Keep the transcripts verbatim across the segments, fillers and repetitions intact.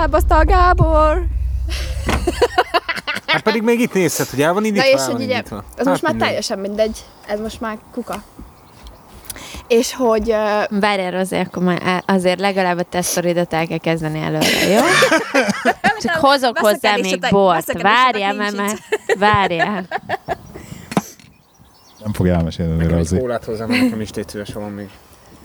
elbaszta a Gábor. Hát pedig még itt nézhet, hogy el van indítva, na és el hogy van ugye, indítva. ez Hát most már mindegy. teljesen mindegy. Ez most már kuka. És hogy... Uh, Várjál, Rozi, akkor már azért legalább a te sztoridat el kell kezdeni előre, jó? Csak hozok hozzá még bort. Várjál, mert már... Várjál. Nem fogja elmesélni Nekem egy Rozi. kólát hozzám, nekem is tégy szíves, van még.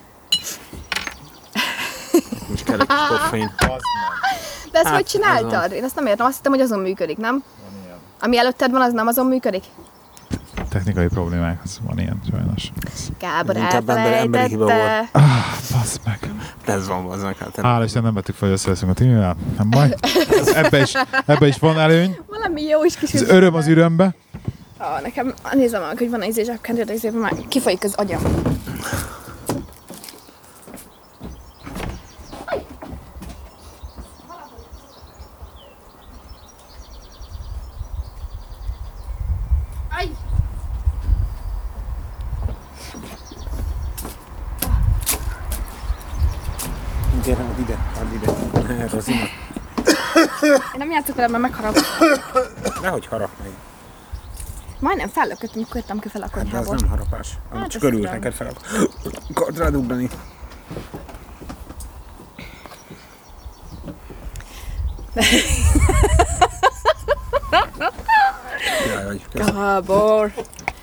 Most kell egy kis koffein. de ezt Hát, hogy csináltad? azon. Én azt nem értem, azt hittem, hogy azon működik, nem? Ami előtted van, az nem azon működik? Technikai problémákhoz van ilyen, sajnos. Gábor Inkább ember- emberi hiba elfelejtette. Ah, basz meg. Ez van, bazzak. Hát, Hál' Isten, nem vettük fel, hogy összeveszünk a Timivel. Nem baj. Ebbe is, ebbe is van előny. Valami jó is kis... Az öröm az ürömbe. Ah, nekem nézem meg, hogy van egy zsebkendő, de ezért már kifolyik az agyam. Aj! gyere, add ide, add ide. Rozina. Én nem játszok vele, mert megharap. Nehogy harap meg. Majdnem fellököttem, amikor jöttem ki fel a De az konyhából. nem harapás. Hát, Hát, csak ez örült nem. neked fel. Akart rád ugrani. Jaj, vagy. köszönöm. Gábor!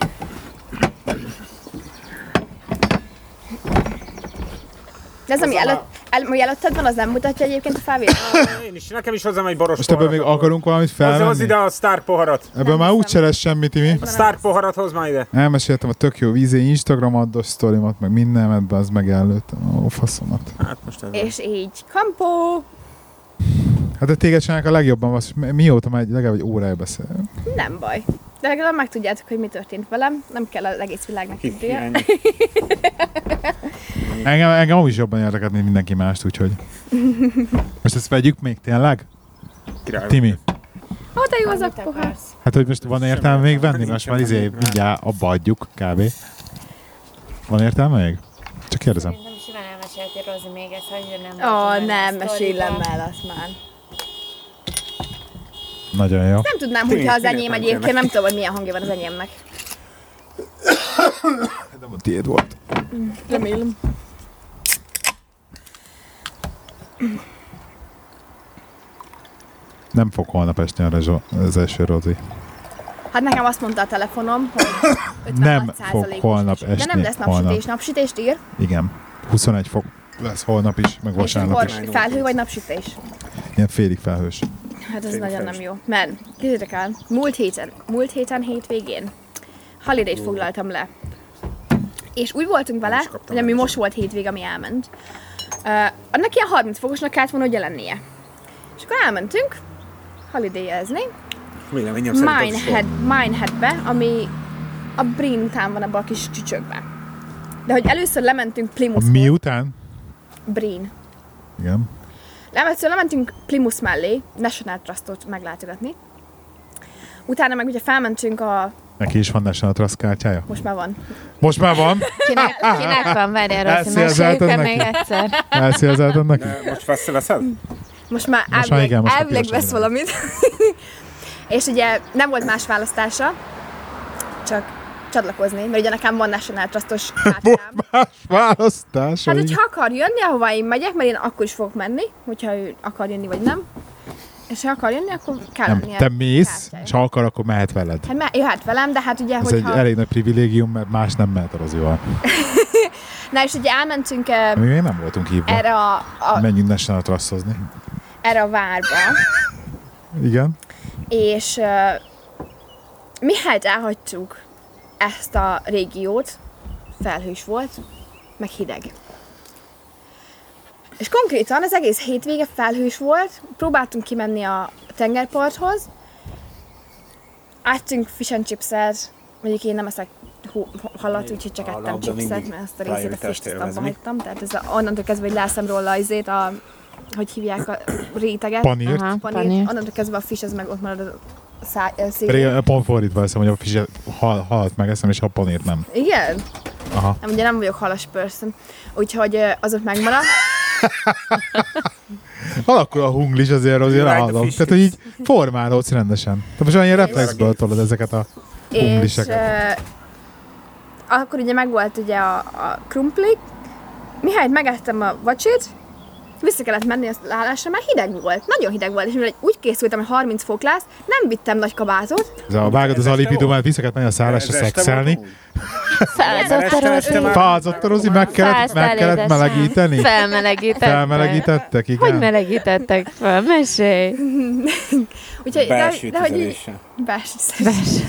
De ez, ami, előtt, el, ami előtted van, az nem mutatja egyébként a felvételt? Én is, nekem is hozzám egy boros Most ebből még poharat. akarunk valamit Hozz, hozz felvenni? ide a Stark poharat. Ebből már úgy se lesz semmi, Timi. A Stark poharat hozz már ide. Elmeséltem a tök jó vízé Instagramaddos sztorimat, meg mindenet, be az megállőttem. Ó, faszomat. Hát most ez És így, kampó! Hát de téged csinálják a legjobban, az, mióta már egy, legalább egy órája beszélünk. Nem baj. De legalább megtudjátok, hogy mi történt velem. Nem kell az egész világnak tudnia. ennyi. Engem, engem is jobban érdekel, mint mindenki mást, úgyhogy. Most ezt vegyük még tényleg? Király. Timi, Ó, de jó az a pohár. hát hogy most van értelme még venni? Most már izé mindjárt abba adjuk, kb. Van értelme még? Csak kérdezem. Nem is simán elmesélti Rozi még ezt, hogy nem... Ó, nem, mesélem el azt már. Nagyon jó. Nem tudnám, Tényleg, hogyha az tényleg enyém nem egyébként, kérlek. nem tudom, hogy milyen hangja van az enyémnek. Nem a tiéd volt. Remélem. Nem fog holnap esni arra zso- az eső, Rozi. Hát nekem azt mondta a telefonom, hogy Nem ötvenhat fog százalékos. holnap De nem esni, lesz holnap. napsütés. Napsütést ír. Igen. huszonegy fok lesz holnap is, meg És vasárnap akkor is. felhő vagy napsütés? Ilyen félig felhős. Hát ez Félig nagyon felhős. nem jó. Mert, képzeljétek el, múlt héten, múlt héten hétvégén holiday-t foglaltam le. És úgy voltunk vele, is kaptam hogy ami el. most volt hétvég, ami elment. Uh, annak ilyen harminc fokosnak kellett volna, hogy lennie. És akkor elmentünk holiday-ezni Véleményem szerint az is Minehead, Mineheadbe, ami a Brin után van abban a kis csücsökben. De hogy először lementünk Plymouth Mi után? Brin. Igen. Először lementünk Plymouth mellé, National Trustot meglátogatni. Utána meg ugye felmentünk a... Neki is van National Trust kártyája? Most már van. Most már van? Kinek, kinek van? Várjál, Rozi, Elszélzelted meséljük el neki? még egyszer. Elszélzelted neki? De most veszed, veszed? Most már Most már elvileg, igen, most már elvileg piros vesz legyen. valamit. És ugye nem volt más választása, csak csatlakozni, mert ugye nekem van National Trustos kártyám. Más választás. Hát, hogy- hogyha akar jönni, ahova én megyek, mert én akkor is fogok menni, hogyha ő akar jönni, vagy nem. És ha akar jönni, akkor kell Nem, lennie te mész, kártyája. és ha akar, akkor mehet veled. Hát me- jöhet velem, de hát ugye, Ez hogyha... egy elég nagy privilégium, mert más nem mehet a Rozival. Na és ugye elmentünk uh, Mi még nem voltunk hívva. erre a, a, Menjünk National Trustozni. erre a várba, Igen. és uh, mihelyt elhagytuk ezt a régiót, felhős volt, meg hideg. És konkrétan az egész hétvége felhős volt, próbáltunk kimenni a tengerparthoz, áttunk fish and chipset, mondjuk én nem eszek hó- halat, úgyhogy csak A ettem labda chipset, mindig mert ezt a részét a rájutást fish abba élvezni. hagytam, tehát ez a, onnantól kezdve, hogy leszem róla azért a, hogy hívják a réteget. Panírt. Aha, Panírt. panírt. Onnantól kezdve a fish, az meg ott marad a szá- a Pedig szívén. pont fordítva eszem, hogy a fiset, hal, halat megeszem, és a panírt nem. Igen? Aha. Nem, ugye nem vagyok halas person, úgyhogy ö, az ott megmarad. alakul a hunglis azért, azért Right, hallom. the fish Tehát, hogy így formálódsz rendesen. Te most olyan ilyen reflexből tolod ezeket a És hungliseket. uh, akkor ugye megvolt ugye a, a krumpli, mihelyt megettem a vacsit, vissza kellett menni az állásra, mert hideg volt, nagyon hideg volt, és mivel úgy készültem, hogy harminc fok lesz, nem vittem nagy kabátot. Ez a vágod az alipidumát, vissza kellett menni a szállásra Ez este szexelni. volt úgy? Fázott a Rozi. Fázott a Rozi, meg kellett, Fáztál meg kellett édesem. melegíteni. Felmelegítettek. Felmelegítettek, igen. Hogy melegítettek fel? Mesélj. Úgyhogy, Belső de, de, hogy így, tüzelése. belső tüzelése.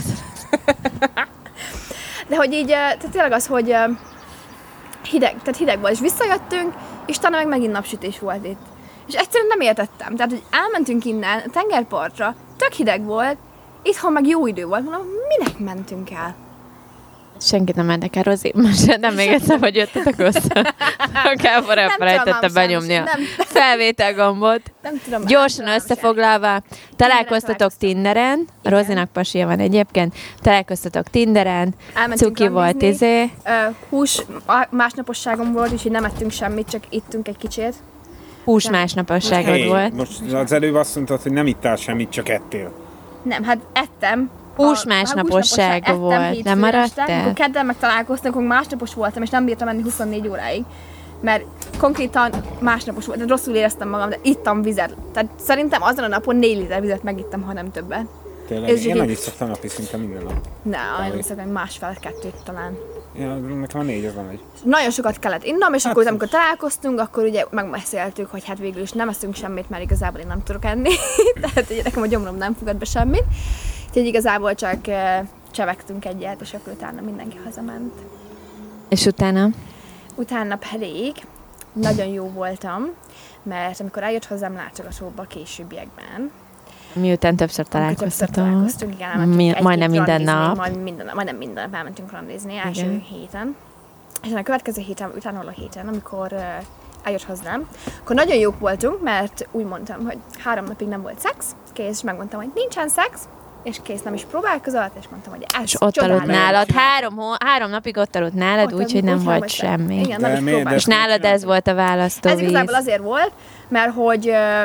De hogy így, eh, tehát tényleg az, hogy eh, hideg, tehát hideg volt, és visszajöttünk, és utána meg megint napsütés volt itt. És egyszerűen nem értettem. Tehát, hogy elmentünk innen a tengerpartra, tök hideg volt, itthon meg jó idő volt. Mondom, minek mentünk el? Senkit nem érdekel, Rozi. Most nem még egyszer, hogy jöttetek össze. A Kábor elfelejtette tudom, benyomni a nem, felvétel gombot. nem tudom. Gyorsan nem tudom, összefoglalva, találkoztatok találkoztam. Tinderen, Igen. Rozinak pasia van egyébként, találkoztatok Tinderen, Elmentünk cuki volt randizni. izé, Ö, hús a- másnaposságom volt, úgyhogy nem ettünk semmit, csak ittünk egy kicsit. hús másnaposságod Hey, volt. most az előbb azt mondtad, hogy nem ittál semmit, csak ettél. Nem, hát ettem. Hús A- másnapossága a húsnaposság volt. ettem Nem hétfőn maradtál? este. Amikor kedden meg találkoztunk, akkor másnapos voltam, és nem bírtam menni huszonnégy óráig. Mert konkrétan másnapos volt, de rosszul éreztem magam, de ittam vizet. Tehát szerintem azon a napon négy liter vizet megittem, ha nem többet. Tényleg, Ez én így- annyit szoktam napi szinte minden nap. Ne, nagyon szoktam, másfél-kettőt talán. Ja, nekem a négy az van egy. Nagyon sokat kellett innom, és Hát, akkor, amikor találkoztunk, akkor ugye megbeszéltük, hogy hát végül is nem eszünk semmit, mert igazából én nem tudok enni. Tehát ugye nekem a gyomrom nem fogad be semmit. Úgyhogy igazából csak eh, csevegtünk egyet, és akkor utána mindenki hazament. És utána? Utána pedig nagyon jó voltam, mert amikor eljött hozzám látogatóba későbbiekben, Miután többször amikor többször találkoztatok. találkoztunk, igen, elmentünk Mi- egy-két majdnem minden randizni, nap. Majd minden, majdnem minden nap elmentünk randizni, első Igen. héten. És a következő héten, utána a héten, amikor uh, eljött hozzám, akkor nagyon jók voltunk, mert úgy mondtam, hogy három napig nem volt szex, kész, és megmondtam, hogy nincsen szex, és kész, nem is próbálkozott, és mondtam, hogy ez És ott csodálatos. aludt nálad. Három, hó- három napig ott aludt nálad, Ott úgyhogy nem úgy volt volt semmi. Igen, De nem is miért? próbáltam. És nálad ez volt a választó Ez víz. igazából azért volt, mert hogy ö,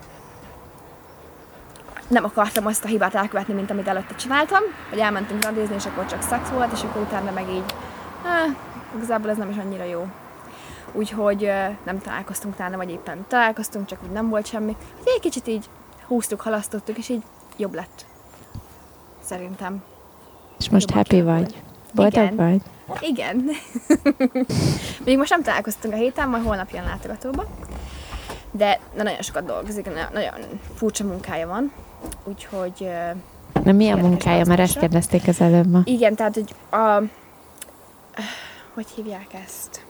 nem akartam azt a hibát elkövetni, mint amit előtte csináltam, hogy elmentünk randizni, és akkor csak szex volt, és akkor utána meg így, eh, igazából ez nem is annyira jó. Úgyhogy ö, nem találkoztunk utána, vagy éppen találkoztunk, csak úgy nem volt semmi. Úgyhogy egy kicsit így húztuk, halasztottuk, és így jobb lett. Szerintem. És most Jobban happy kell vagy? Boldog Igen. vagy? Igen. Még most nem találkoztunk a héten, majd holnap jön látogatóba. De, de nagyon sokat dolgozik, na- nagyon furcsa munkája van. Úgyhogy ö, Na mi a Érdekes munkája? Mert ezt változásra. kérdezték az előbb ma. igen, tehát hogy a... Hogy hívják ezt?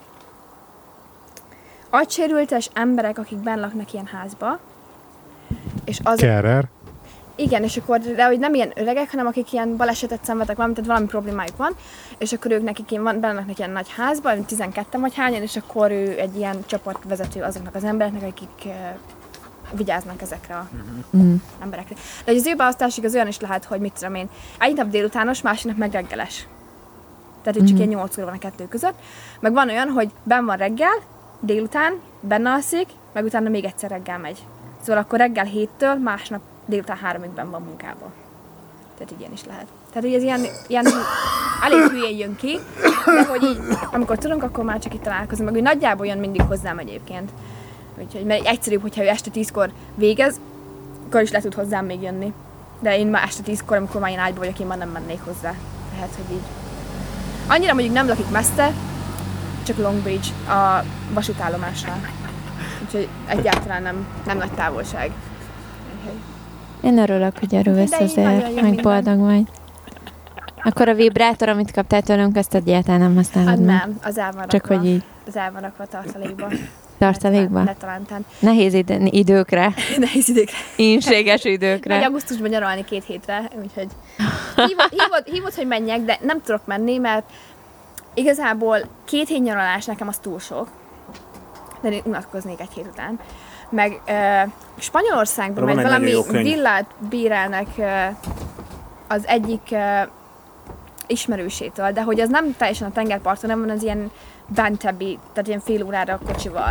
Agysérültes emberek, akik benn laknak ilyen házba, és az, Kerrer. igen, és akkor, de hogy nem ilyen öregek, hanem akik ilyen balesetet szenvedtek, valami, tehát valami problémájuk van, és akkor ők nekik ilyen, van, benne laknak ilyen nagy házban, tizenketten vagy hányan, és akkor ő egy ilyen csapatvezető azoknak az embereknek, akik uh, vigyáznak ezekre a Mm. emberekre. De hogy az ő beosztásig az olyan is lehet, hogy mit tudom én, egy nap délutános, másik nap meg reggeles. Tehát hogy csak ilyen nyolc óra van a kettő között. Meg van olyan, hogy benn van reggel, délután, benne alszik, meg utána még egyszer reggel megy. Szóval akkor reggel héttől, másnap délután háromig benn van munkában. Tehát így ilyen is lehet. Tehát hogy ez ilyen, ilyen elég hülyén jön ki, de hogy így, amikor tudunk, akkor már csak itt találkozunk, meg ő nagyjából jön mindig hozzám egyébként. Úgyhogy mert egyszerűbb, hogyha ő este tízkor végez, akkor is le tud hozzám még jönni. De én már este tízkor, amikor már én ágyba vagyok, én már nem mennék hozzá. Tehát, hogy így. Annyira mondjuk nem lakik messze, csak Longbridge a vasútállomásnál. Úgyhogy egyáltalán nem, nem nagy távolság. Úgyhogy Én örülök, hogy örülsz De így nagyon azért, jó meg minden. boldog vagy. Akkor a vibrátor, amit kaptál tőlünk, azt egyáltalán nem használod hát meg? nem, az el van Csak rakva. hogy így Az el van rakva a tartalékba. tartalékba? Netalántán. Nehéz ide- időkre, Nehéz időkre. ínséges Megy időkre. augusztusban nyaralni két hétre, úgyhogy hívod, hívod, hívod, hogy menjek, de nem tudok menni, mert igazából két hét nyaralás nekem az túl sok. De én unatkoznék egy hét után. Meg uh, Spanyolországban Arra meg van egy valami nagyon jó könyv. villát bérelnek uh, az egyik uh, ismerősétől, de hogy az nem teljesen a tengerparton, nem van az ilyen Bentebbi, tehát ilyen fél órára a kocsival.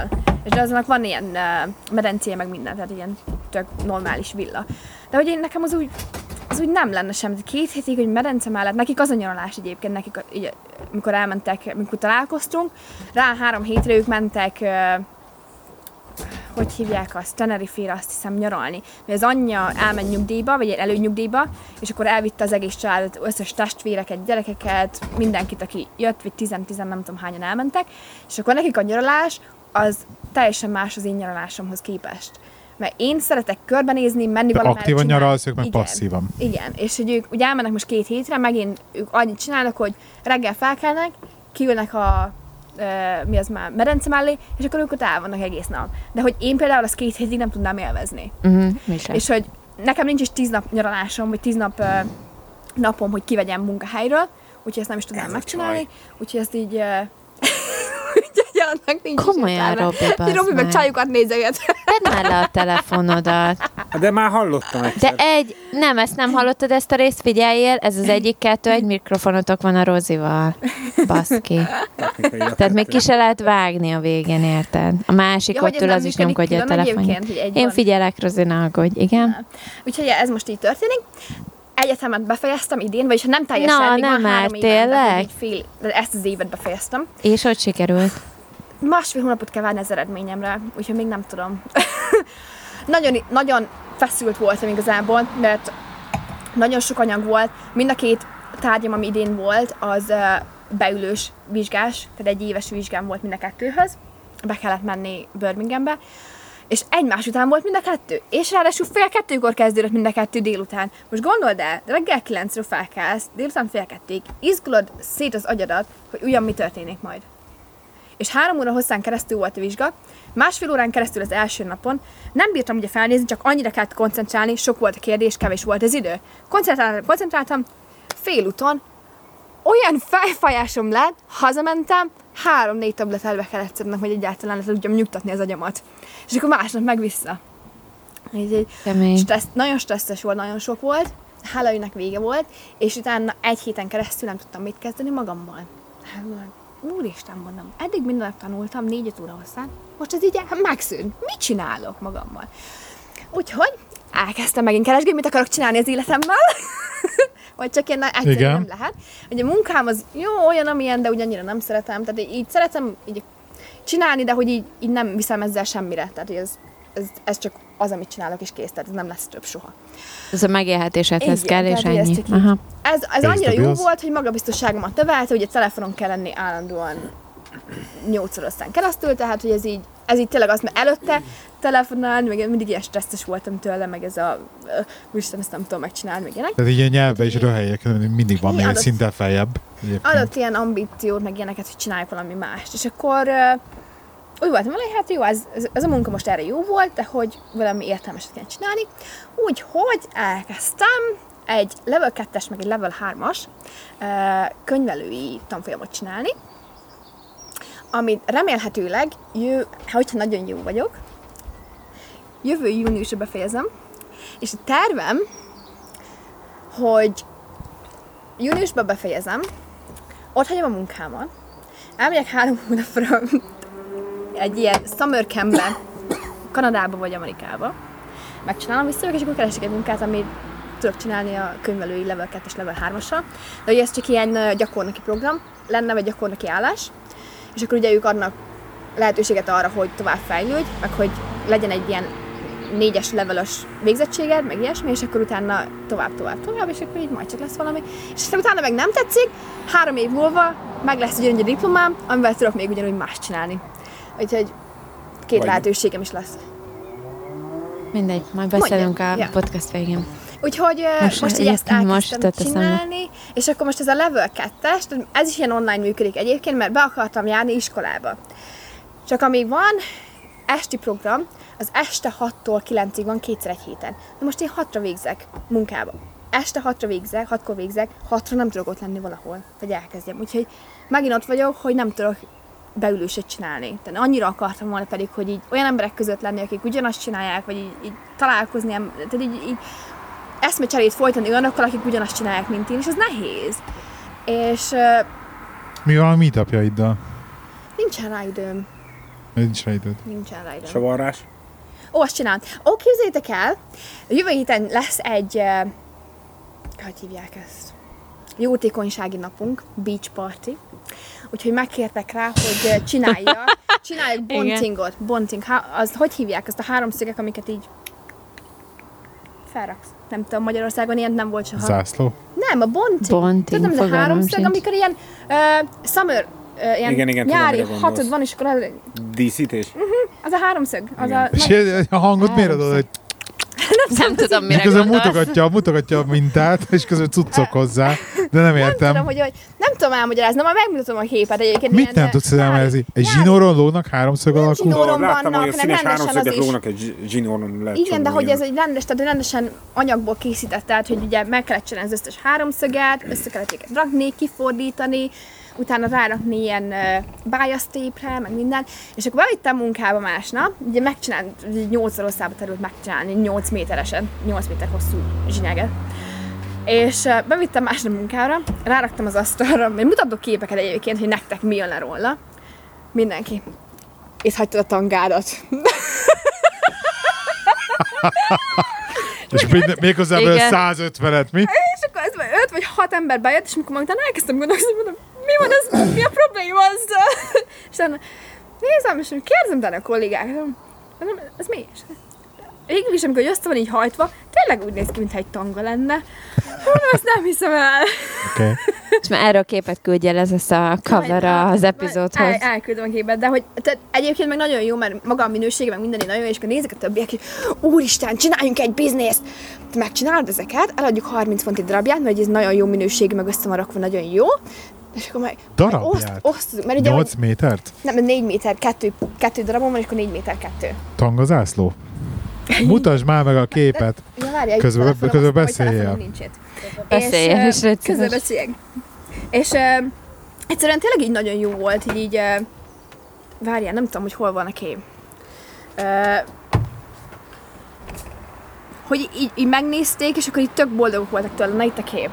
És aznak van ilyen uh, medencéje, meg minden, tehát ilyen tök normális villa. De hogy én nekem az úgy, az úgy nem lenne sem. Két hétig, hogy medence mellett, nekik az a nyaralás egyébként, nekik, így, mikor elmentek, mikor találkoztunk, rá három hétre ők mentek, uh, hogy hívják azt, Tenerife-re azt hiszem nyaralni. Mert az anyja elment nyugdíjba, vagy előnyugdíjba, és akkor elvitte az egész családot, összes testvéreket, gyerekeket, mindenkit, aki jött, vagy tizen-tizen, nem tudom hányan elmentek, és akkor nekik a nyaralás az teljesen más az én nyaralásomhoz képest. Mert én szeretek körbenézni, menni valamelyik aktívan nyaralsz, ők meg igen, passzívan. Igen, és hogy ők ugye elmennek most két hétre, megint ők annyit csinálnak, hogy reggel felkelnek, kiülnek a Uh, mi az már, medence mellé, és akkor ők ott el vannak egész nap. De hogy én például azt két hétig nem tudnám élvezni. Uh-huh, és hogy nekem nincs is tíz nap nyaralásom, vagy tíz nap uh, napom, hogy kivegyem munkahelyről, úgyhogy ezt nem is tudnám Ez megcsinálni, úgyhogy ezt így... Uh, úgyhogy annak nincs komolyan, Robi, bazd Robi meg meg. csajukat nézeget. Tedd már le a telefonodat. De már hallottam egyszer. De egy, nem, ezt nem hallottad, ezt a részt figyeljél, ez az egyik kettő, egy mikrofonotok van a Rozival. Baszki. Tehát még ki se lehet vágni a végén, érted? A másik Ja, ott hogy ez ül, nem az is működik nyomkodja a külön telefonját. egyébként, hogy egy Én van. figyelek, Rozi, ne aggódj, igen? Úgyhogy ez most így történik. Egyetemet befejeztem idén, vagyis ha nem teljesen, Na, még nem van már, három éven, de tényleg? egy fél, de ezt az évet befejeztem. És hogy sikerült? Másfél hónapot kell várni az eredményemre, úgyhogy még nem tudom. nagyon, nagyon feszült voltam igazából, mert nagyon sok anyag volt. Mind a két tárgyam, ami idén volt, az uh, beülős vizsgás, tehát egy éves vizsgám volt mind a kettőhöz. Be kellett menni Birminghambe, és egymás után volt mind a kettő. És ráadásul fél kettőkor kezdődött mind a kettő délután. Most gondold el, reggel kilencről felkelsz, délután fél kettőig, izgulod szét az agyadat, hogy ugyan mi történik majd. És három óra hosszán keresztül volt a vizsga, másfél órán keresztül az első napon, nem bírtam ugye felnézni, csak annyira kellett koncentrálni, sok volt a kérdés, kevés volt az idő. Koncentráltam, koncentráltam, félúton olyan fejfájásom lett, hazamentem, három-négy tablet elbe kellett szednem, hogy egyáltalán le tudjam nyugtatni az agyamat. És akkor másnap meg vissza. Így, Kemény. stressz, nagyon stresszes volt, nagyon sok volt, hála őnek vége volt, és utána egy héten keresztül nem tudtam mit kezdeni magammal. Úristen, mondom, eddig minden nap tanultam, négy-öt óra hosszán, most ez így megszűnt. Mit csinálok magammal? Úgyhogy elkezdtem megint keresgélni, mit akarok csinálni az életemmel. Vagy csak ilyen egyszerűen nem lehet. Ugye a munkám az jó, olyan, amilyen, de ugyannyira nem szeretem. Tehát így szeretem így csinálni, de hogy így, így nem viszem ezzel semmire. Tehát hogy ez, ez, ez csak az, amit csinálok, és kész. Tehát ez nem lesz több soha. Ez a megélhetésedhez Igen, kell, és tehát ennyi. ezt Aha. Ez, ez Pays annyira the jó bills. volt, hogy magabiztosságomat növelte, ugye telefonon kell lenni állandóan nyolc órasztán keresztül, tehát hogy ez így, ez így tényleg az, mert előtte telefonálni, meg mindig ilyen stresszes voltam tőle, meg ez a, úristen, ezt nem tudom megcsinálni, meg ilyenek. Tehát így ilyen nyelvbe is röhelyek, mindig van még egy adott- szinten feljebb. egyébként. Adott ilyen ambíciót, meg ilyeneket, hogy csináljuk valami mást. És akkor uh, úgy voltam vele, hát jó, ez, ez, ez a munka most erre jó volt, de hogy valami értelmeset kell csinálni. Úgyhogy elkezdtem egy level kettes, meg egy level hármas uh, könyvelői tanfolyamot csinálni, amit remélhetőleg, jö, hogyha nagyon jó vagyok, jövő júniusra befejezem, és a tervem, hogy júniusban befejezem, ott hagyom a munkámat, elmegyek három hónapra egy ilyen summer campbe, Kanadába vagy Amerikába, megcsinálom, visszajövök, és akkor keresek egy munkát, amit tudok csinálni a könyvelői level kettes, level hármassal, de ugye ez csak ilyen ö, gyakornoki program lenne, vagy gyakornoki állás, és akkor ugye ők adnak lehetőséget arra, hogy tovább fejlődj, meg hogy legyen egy ilyen négyes leveles végzettséged, meg ilyesmi, és akkor utána tovább, tovább, tovább, és akkor így majd csak lesz valami. És aztán utána meg nem tetszik, három év múlva meg lesz ugyanúgy a diplomám, amivel tudok még ugyanúgy más csinálni. Úgyhogy két Vagy- lehetőségem is lesz. Mindegy, majd beszélünk Mondja. a Ja. podcast végén. Úgyhogy most, Most most így ezt egyébként elkezdtem most jutott eszembe. csinálni, és akkor most ez a level kettes, ez is ilyen online működik egyébként, mert be akartam járni iskolába. Csak ami van, esti program, az este hattól kilencig van kétszer egy héten. De most én hatra végzek munkába. Este hatra végzek, hatkor végzek, hatra nem tudok ott lenni valahol, hogy elkezdjem. Úgyhogy megint ott vagyok, hogy nem tudok beülőset csinálni. Tehát annyira akartam volna pedig, hogy így olyan emberek között lenni, akik ugyanazt csinálják, vagy így, így találkozni, tehát így, így eszmecserét folytani olyanokkal, akik ugyanazt csinálják, mint én, és ez nehéz. És uh, Mi van a meetupjaiddal? nincsen rá időm. Nincs rá időd. Nincsen rá időm. Savarrás. Ó, azt csinálom. Ó, képzeljétek el, jövő héten lesz egy, uh, hogy hívják ezt? Jótékonysági napunk, beach party. Úgyhogy megkértek rá, hogy uh, csinálja, csináljuk bontingot. Bonting. Ha, az, hogy hívják ezt a háromszögek, amiket így felraksz? Nem tudom, Magyarországon ilyen nem volt soha. Zászló? Nem, a bonting. Bonting, Tudom, de fogalmam háromszög, sincs. amikor ilyen uh, summer, uh, ilyen Igen, igen, tudom, nyári mire gondolsz. hatod van, és akkor az, Díszítés? az a háromszög. Az a, És nagy, a hangot miért adod, hogy Nem tudom, mire közben gondolsz. mutogatja, mutogatja a mintát, és közben cuccok hozzá, de nem nem tudom, értem. hogy, hogy nem tudom elmagyarázni, majd megmutatom a képet egyébként. Mit ilyen, nem tudsz nyári- elmagyarázni? Egy nyári- zsinóron lónak háromszög alakú? zsinóron Láttam, vannak, hogy a nem színes rendesen az háromszöget is. lónak egy zsinóron lehet Igen, de csomó hogy ilyen. ez egy rendes, tehát rendesen anyagból készített, tehát hogy ugye meg kellett csinálni az összes háromszöget, össze kellett őket rakni, kifordítani, utána rárakni ilyen uh, bájasztépre, meg minden, és akkor bevittem munkába másnap, ugye megcsinált, nyolc rosszába terült megcsinálni, nyolc méteresen, nyolc méter hosszú zsinyeget. És uh, bevittem másnap munkára, ráraktam az asztalra, még mutatok képeket egyébként, hogy nektek mi jön le róla. Mindenki. És hagytad a tangádat. És mind- méghozzá Igen. belőle százötvenet, mi? És akkor ez már öt vagy hat ember bejött, és amikor utána elkezdtem gondolni, mondom, mi van ez, mi a probléma azzal? És utána nézem, és kérdezem utána a kollégákat, mondom, ez mi? És végül is, amikor össze van így hajtva, tényleg úgy néz ki, mintha egy tanga lenne. Mondom, ezt nem hiszem el. Oké. Okay. És már erről a képet küldje el, ez lesz a cover az epizódhoz. El, elküldöm a képet, de hogy tehát egyébként meg nagyon jó, mert maga a minősége, meg minden nagyon jó, és akkor nézik a többiek, hogy úristen, csináljunk egy bizniszt! Te megcsinálod ezeket, eladjuk harminc fonti darabját, mert ez nagyon jó minőségű, meg össze van rakva, nagyon jó. És akkor meg Darabját? Oszt, osztozunk, mert ugye nyolc métert? nem, négy méter, kettő, kettő darabon van, és akkor négy méter kettő. Tangazászló? Mutasd már meg a képet. Ja, várjál, Közben- telefonom, közben azt- vagy beszéljél. telefonom nincs itt. Beszéljen És, is, ö, légy közben szíves. beszéljek. És uh, egyszerűen tényleg így nagyon jó volt, így így, uh, várjál, nem tudom, hogy hol van a kép. Uh, hogy így, így megnézték, és akkor így tök boldogok voltak tőle. Na itt a kép.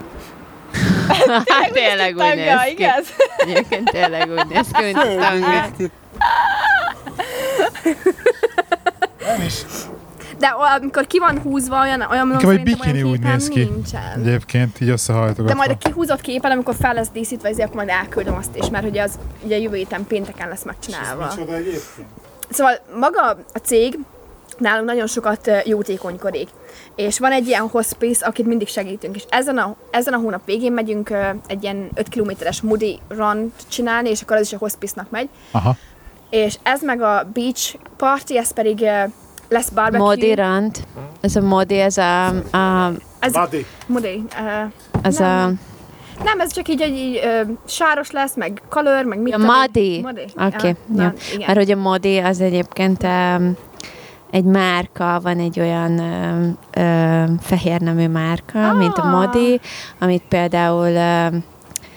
Hát tényleg úgy Tanga, néz ki. igaz? Egyébként tényleg úgy néz ki, mint a tanga. De amikor ki van húzva, olyan, olyan mondom, Nekem egy szerintem bikini olyan úgy képen néz ki. nincsen. Egyébként így De összehajtogatva. majd a kihúzott képen, amikor fel lesz díszítve, ezért akkor majd elküldöm azt is, mert ugye az ugye jövő héten pénteken lesz megcsinálva. Szóval maga a cég nálunk nagyon sokat ö, jótékonykodik. És van egy ilyen hospice, akit mindig segítünk. És ezen a, ezen a hónap végén megyünk ö, egy ilyen öt kilométeres Moody Run csinálni, és akkor az is a hospice-nak megy. Aha. És ez meg a beach party, ez pedig ö, lesz barbecue. Modi rant. Ez a modi, ez a, a, Ez, Buddy. Moody. Uh, az a, nem, ez csak így, hogy így ö, sáros lesz, meg color, meg mit a tudom én. modi. Modi. Oké, Ja, jó. na, igen. Mert hogy a modi az egyébként um, egy márka, van egy olyan um, um, fehér nemű márka, Ah. mint a modi, amit például um,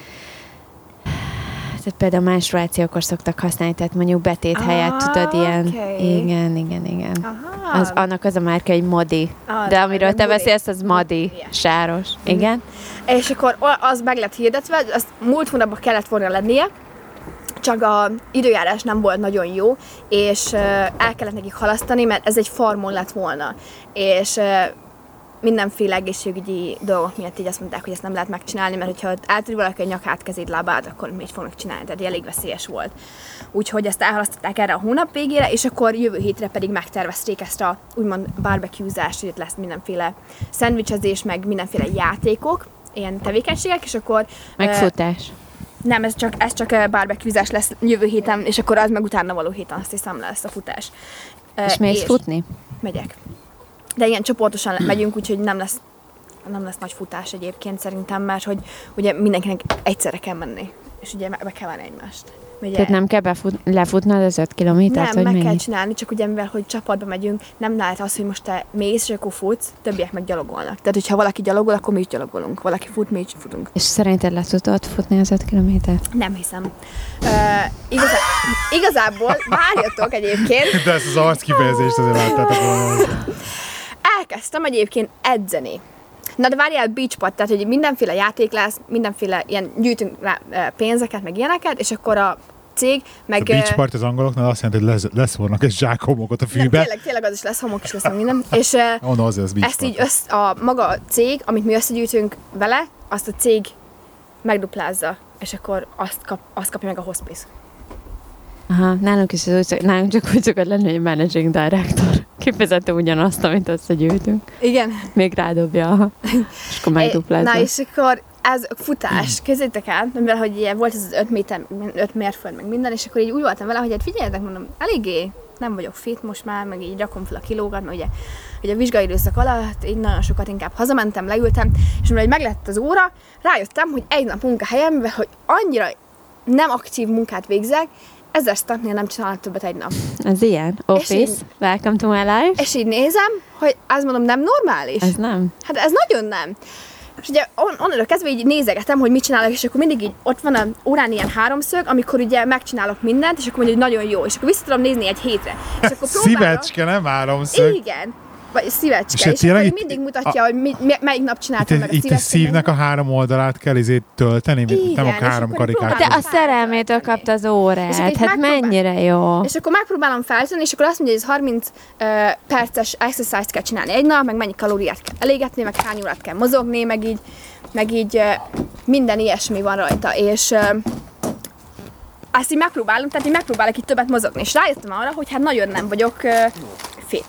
tehát például menstruációkor szoktak használni, tehát mondjuk betét helyett, Ah, tudod, ilyen, oké. igen, igen, igen. Aha. Az, annak az a márka, egy modi. Ah, De amiről te Moody. beszélsz, az modi, Igen. sáros. Igen? És akkor o- az meg lett hirdetve, azt múlt hónapban kellett volna lennie, csak a időjárás nem volt nagyon jó, és uh, el kellett nekik halasztani, mert ez egy farmon lett volna. És uh, mindenféle egészségügyi dolgok miatt így azt mondták, hogy ezt nem lehet megcsinálni, mert hogyha eltűri valaki a nyakát, kezét, lábát, akkor mit fognak csinálni, tehát elég veszélyes volt. Úgyhogy ezt elhalasztották erre a hónap végére, és akkor jövő hétre pedig megtervezték ezt a úgymond barbecue-zást, hogy itt lesz mindenféle szendvicsezés, meg mindenféle játékok, ilyen tevékenységek, és akkor... Meg ö, futás. nem, ez csak, ez csak barbecue-zás lesz jövő héten, és akkor az meg utána való héten, azt hiszem, lesz a futás. És Ö, mész futni? Megyek. De ilyen csoportosan megyünk, úgyhogy nem lesz, nem lesz nagy futás egyébként szerintem, mert hogy ugye mindenkinek egyszerre kell menni, és ugye be kell várni egymást. Ugye, Tehát nem kell befut, lefutnod az öt kilométert, nem, vagy meg mennyi? kell csinálni, csak ugye mivel, hogy csapatba megyünk, nem lehet az, hogy most te mész, és akkor futsz, többiek meg gyalogolnak. Tehát, hogyha valaki gyalogol, akkor mi is gyalogolunk. Valaki fut, mi is futunk. És szerinted le tudod futni az öt kilométert? Nem hiszem. Uh, igazá, igazából, várjatok egyébként, De ezt az arckifejezést azért láttátok volna. elkezdtem egyébként edzeni. Na de várjál, beachpad, tehát hogy mindenféle játék lesz, mindenféle ilyen gyűjtünk rá eh, pénzeket, meg ilyeneket, és akkor a cég, meg... A beach part az angoloknál azt jelenti, hogy lesz, leszórnak egy zsákhomokot a nem, fűbe. tényleg, tényleg az is lesz, homok is lesz, meg minden. És Oh, no, az az beach ezt part. így össz, a maga a cég, amit mi összegyűjtünk vele, azt a cég megduplázza, és akkor azt, kap, azt kapja meg a hospice. Aha, nálunk is az úgy, nálunk csak úgy szokott lenni, hogy managing director. Kifizeti ugyanazt, amit összegyűjtünk. Igen. Még rádobja, és akkor megduplázza. Na és akkor ez a futás, képzeljétek el, mivel hogy ilyen volt ez az öt méter, öt mérföld, meg minden, és akkor így úgy voltam vele, hogy hát figyeljetek, mondom, eléggé nem vagyok fit most már, meg így rakom fel a kilókat, mert ugye, ugye a vizsgai időszak alatt így nagyon sokat inkább hazamentem, leültem, és mivel meg lett az óra, rájöttem, hogy egy nap munkahelyemben, hogy annyira nem aktív munkát végzek, ezer startnél nem csinálok többet egy nap. Ez ilyen? Office? így- Welcome to my life? És így nézem, hogy azt mondom, nem normális. Ez nem. Hát ez nagyon nem. És ugye on, onnantól kezdve így nézegetem, hogy mit csinálok, és akkor mindig így ott van a órán ilyen háromszög, amikor ugye megcsinálok mindent, és akkor mondja, hogy nagyon jó, és akkor vissza tudom nézni egy hétre. És akkor próbálok... Szívecske, nem háromszög. Igen. Vagy szívecske. És És, és tényleg akkor itt- mindig mutatja, hogy mi, mi, melyik nap Itt, csináltam meg a itt a szívecskét. szívnek a három oldalát kell izét tölteni, mint Igen, nem a és három akkor így karikát. De próbálom a szerelmétől kapta az órát. És akkor így Hát megpróbál- mennyire jó. És akkor megpróbálom feltenni, és akkor azt mondja, hogy ez harminc uh, perces exercise-t kell csinálni egy nap, meg mennyi kalóriát kell elégetni, meg hány órát kell mozogni, meg így, meg így uh, minden ilyesmi van rajta. És uh, azt így megpróbálom, tehát így megpróbálok így többet mozogni. És rájöttem arra, hogy hát nagyon nem vagyok uh, fit.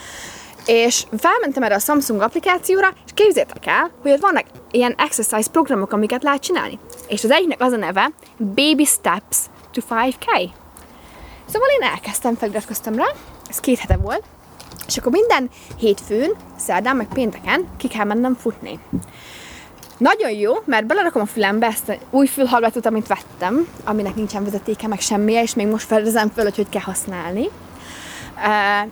És felmentem erre a Samsung applikációra, és képzeljétek el, hogy ott vannak ilyen exercise programok, amiket lehet csinálni. És az egyiknek az a neve Baby Steps to five K. Szóval én elkezdtem, feliratkoztam rá, ez két hete volt, és akkor minden hétfőn, szerdán, meg pénteken ki kell mennem futni. Nagyon jó, mert belerakom a fülembe ezt a új fülhallgatót, amit vettem, aminek nincsen vezetéke, meg semmije, és még most felezem föl, hogy hogy kell használni. Uh,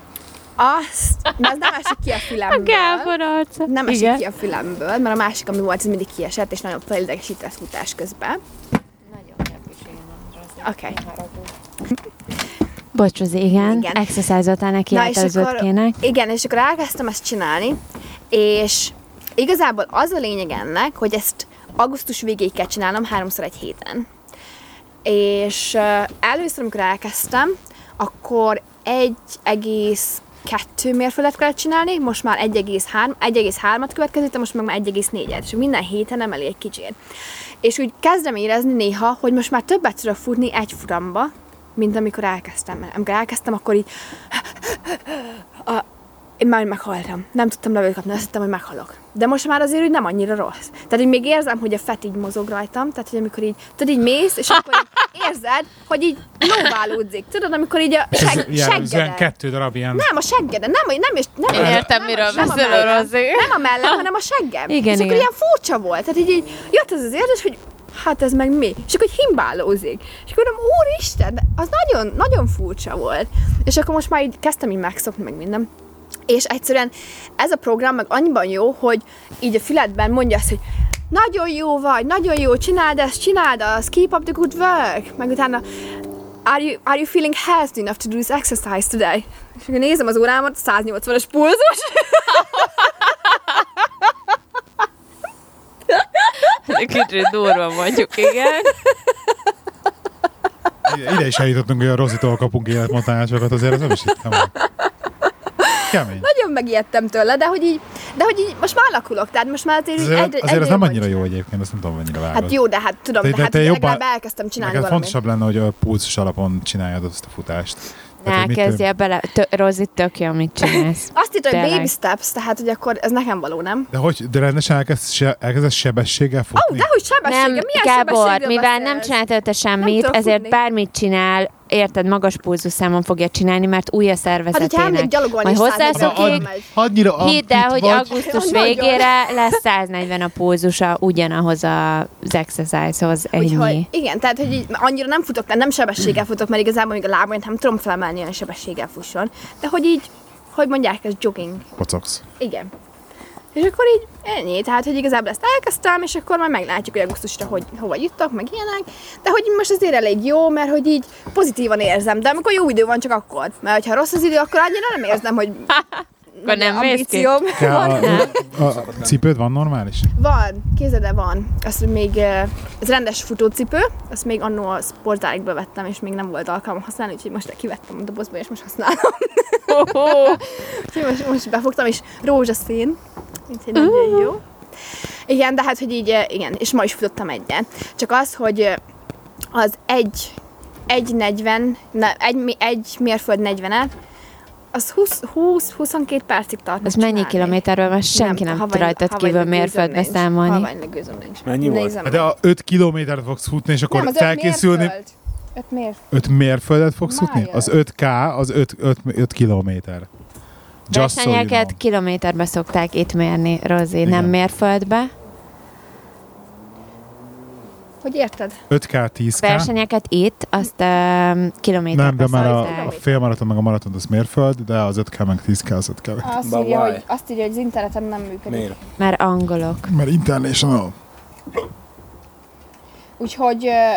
azt, de az nem esik ki a A fülemből. Gábor arca. Nem esik Igen. ki a fülemből, mert a másik, ami volt, ez mindig kiesett, és nagyon felidegesített futás közben. Oké. Okay. Bocs, az igen. Igen. Exercise-oltál neki Na, át és az akkor, ötkének. igen, és akkor elkezdtem ezt csinálni, és igazából az a lényeg ennek, hogy ezt augusztus végéig kell csinálnom háromszor egy héten. És uh, először, amikor elkezdtem, akkor egy egész kettő mérföldet kellett csinálni, most már egy egész három, egy egész hármat következett, most meg már egy egész négyet, és minden héten emeli egy kicsit. És úgy kezdem érezni néha, hogy most már többet tudok futni egy futamba, mint amikor elkezdtem. Mert amikor elkezdtem, akkor így a, én már meghaltam. Nem tudtam levegőt kapni, azt hittem, hogy meghalok. De most már azért úgy nem annyira rossz. Tehát így még érzem, hogy a fett így mozog rajtam, tehát hogy amikor így, tudod, így mész, és akkor így érzed, hogy így lóválódzik. Tudod, amikor így a seg, Ez jellemzően seggeden. kettő darab ilyen... Nem, a seggeden, nem, nem, és nem, Én nem, értem, nem, miről nem a beszél a mellem. Rozi. Nem a mellem, hanem a seggem. Igen, és akkor igen. ilyen furcsa volt. Tehát így, így jött az az érzés, hogy hát ez meg mi? És akkor így himbálózik. És akkor mondom, úristen, az nagyon, nagyon furcsa volt. És akkor most már így kezdtem így megszokni, meg minden. És egyszerűen ez a program meg annyiban jó, hogy így a füledben mondja azt, hogy nagyon jó vagy, nagyon jó, csináld ezt, csináld azt, keep up the good work. Meg utána, are you, are you feeling healthy enough to do this exercise today? És akkor nézem az órámat, száznyolcvanas pulzus. Kicsit durva mondjuk, igen. Ide is eljutottunk, hogy a Rozitól kapunk életmondanásokat, azért ez nem is hittem. Kemény. Nagyon megijedtem tőle, de hogy így, de hogy így most már alakulok, tehát most már azért, Azért, egyre, azért egyre ez nem jobb annyira vagy. jó egyébként, azt nem tudom, mennyire vágod. Hát jó, de hát tudom, Te- de te- hát te ugye jobban- legalább elkezdtem csinálni Neked valamit. fontosabb lenne, hogy a pulzus alapon csináljad azt a futást. Tehát, Ne, hogy mit- kezdjél bele. Tö- Rozi, tök jó, amit csinálsz. Azt írta, hogy Tényleg. baby steps, tehát hogy akkor ez nekem való, nem? De hogy, de rendesen elkezd, se, elkezdesz sebességgel Ó, futni? oh, dehogy sebessége, Nem, milyen Gábor, sebességről mivel nem beszélsz? csináltál te semmit, tudok ezért futni. bármit csinál, érted, magas pulzusszámon fogja csinálni, mert új a Hát, hogyha elmegyek szervezetének. gyalogolni, Majd és hozzászokik, száznyolcvan megy. Annyira hidd el, fit hogy vagy. augusztus Nagyon. végére lesz száznegyven a pulzusa ugyanahoz az exercise-hoz, Úgyhogy, ennyi. igen, tehát hogy így annyira nem futok, tehát nem sebességgel futok, mert igazából még a lábamat nem tudom felemelni, olyan sebességgel fusson. De hogy így, hogy mondják, ez jogging. Pocogsz. Igen. És akkor így ennyi, tehát hogy igazából ezt elkezdtem, és akkor majd meglátjuk, hogy augusztusra hogy hova jutok, meg ilyenek. De hogy most azért elég jó, mert hogy így pozitívan érzem, de amikor jó idő van, csak akkor. Mert ha rossz az idő, akkor annyira nem érzem, hogy Akkor nem mész ki? ambícióm. Kell a, Van, a, a cipőd van normális? van, képzeld el, van. Azt még, eh, ez rendes futócipő, azt még annó a sportágba vettem, és még nem volt alkalmam használni, úgyhogy most kivettem a dobozba, és most használom. Úgyhogy most, most befogtam, és rózsaszín, úgyhogy nagyon jó. Igen, de hát, hogy így, eh, igen, és ma is futottam egyet. Csak az, hogy eh, az egy, egy negyven, ne, egy, egy mérföld negyvenet, az húsz-huszonkét percig tart. Ez mennyi kilométerről van? Senki nem, nem tud rajtad kívül mérföldbe számolni. Halvány legőzöm nincs. Mennyi volt? Nézem De a öt kilométert fogsz futni, és akkor nem, az felkészülni. öt mérföld. öt mérföldet fogsz Mile. futni? Az öt ká, az öt kilométer. Just so you Versenyeket know. kilométerbe szokták itt mérni, Rozi, Igen. nem mérföldbe. Hogy érted? öt ká, tíz ká. Versenyeket itt, azt um, kilométerbe Nem, de már a, szokták. a félmaraton meg a maraton az mérföld, de az öt ká meg tíz ká az öt ká. Azt But írja, why? hogy, azt írja, hogy az interneten nem működik. Miért? Mert angolok. Mert international. Úgyhogy ö,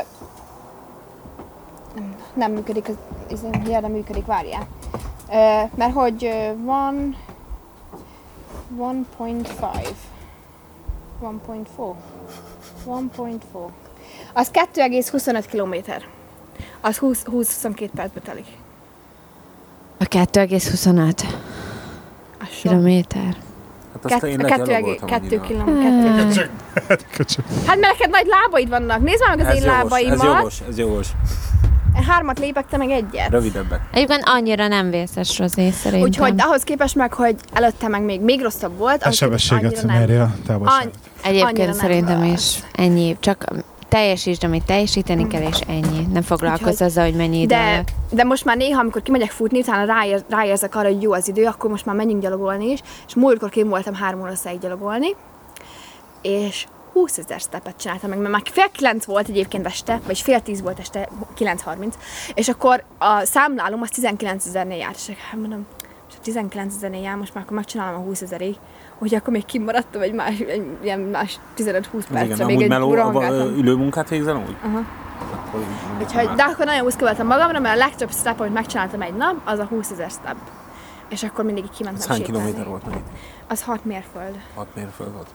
nem működik, az, az ja, nem működik, várjál. Ö, mert hogy ö, van one point five. one point four. one point four. Az kettő egész huszonöt kilométer. Az húsz-huszonkét percbe telik. A kettő egész huszonöt Az sok. kilométer. Hát azt én Kettő egész legyalogoltam kettő annyira. kilométer. Köcsög. Hát mert neked nagy lábaid vannak. Nézd már meg az Ez én jogos, ez lábaimat. jogos, ez jogos. Hármat lépek, te meg egyet. Rövidebbet. Egyébként annyira nem vészes, Rozi, szerintem. Úgyhogy ahhoz képest meg, hogy előtte meg még, még rosszabb volt. A ahhoz sebességet képest annyira mérje a Any- távolságot. Egyébként annyira nem szerintem volt. is ennyi. Csak teljesítsd, amit teljesíteni kell, és ennyi. Nem foglalkozz Úgyhogy- azzal, hogy mennyi idő De, alatt. de most már néha, amikor kimegyek futni, utána ráér, ráérzek arra, hogy jó az idő, akkor most már menjünk gyalogolni is. És múltkor kim voltam három óraszáig gyalogolni, és húszezer steppet csináltam meg, mert már fél kilenc volt egyébként este, vagy fél tíz volt este, kilenc harminc, és akkor a számlálom az tizenkilencezernél járt, és hát mondom, és a tizenkilencezernél jár, most már akkor megcsinálom a húszezerig, hogy akkor még kimaradtam egy más, egy, ilyen más tizenöt-húsz Ez igen, percre, még amúgy egy meló, rohangáltam. ülőmunkát végzel úgy? Aha. Akkor így- Úgyhogy, de akkor nagyon büszke voltam magamra, mert a legtöbb step, amit megcsináltam egy nap, az a húszezer step. És akkor mindig így Ez kimentem hány sétálni. kilométer volt meg? Az hat mérföld. hat mérföld volt.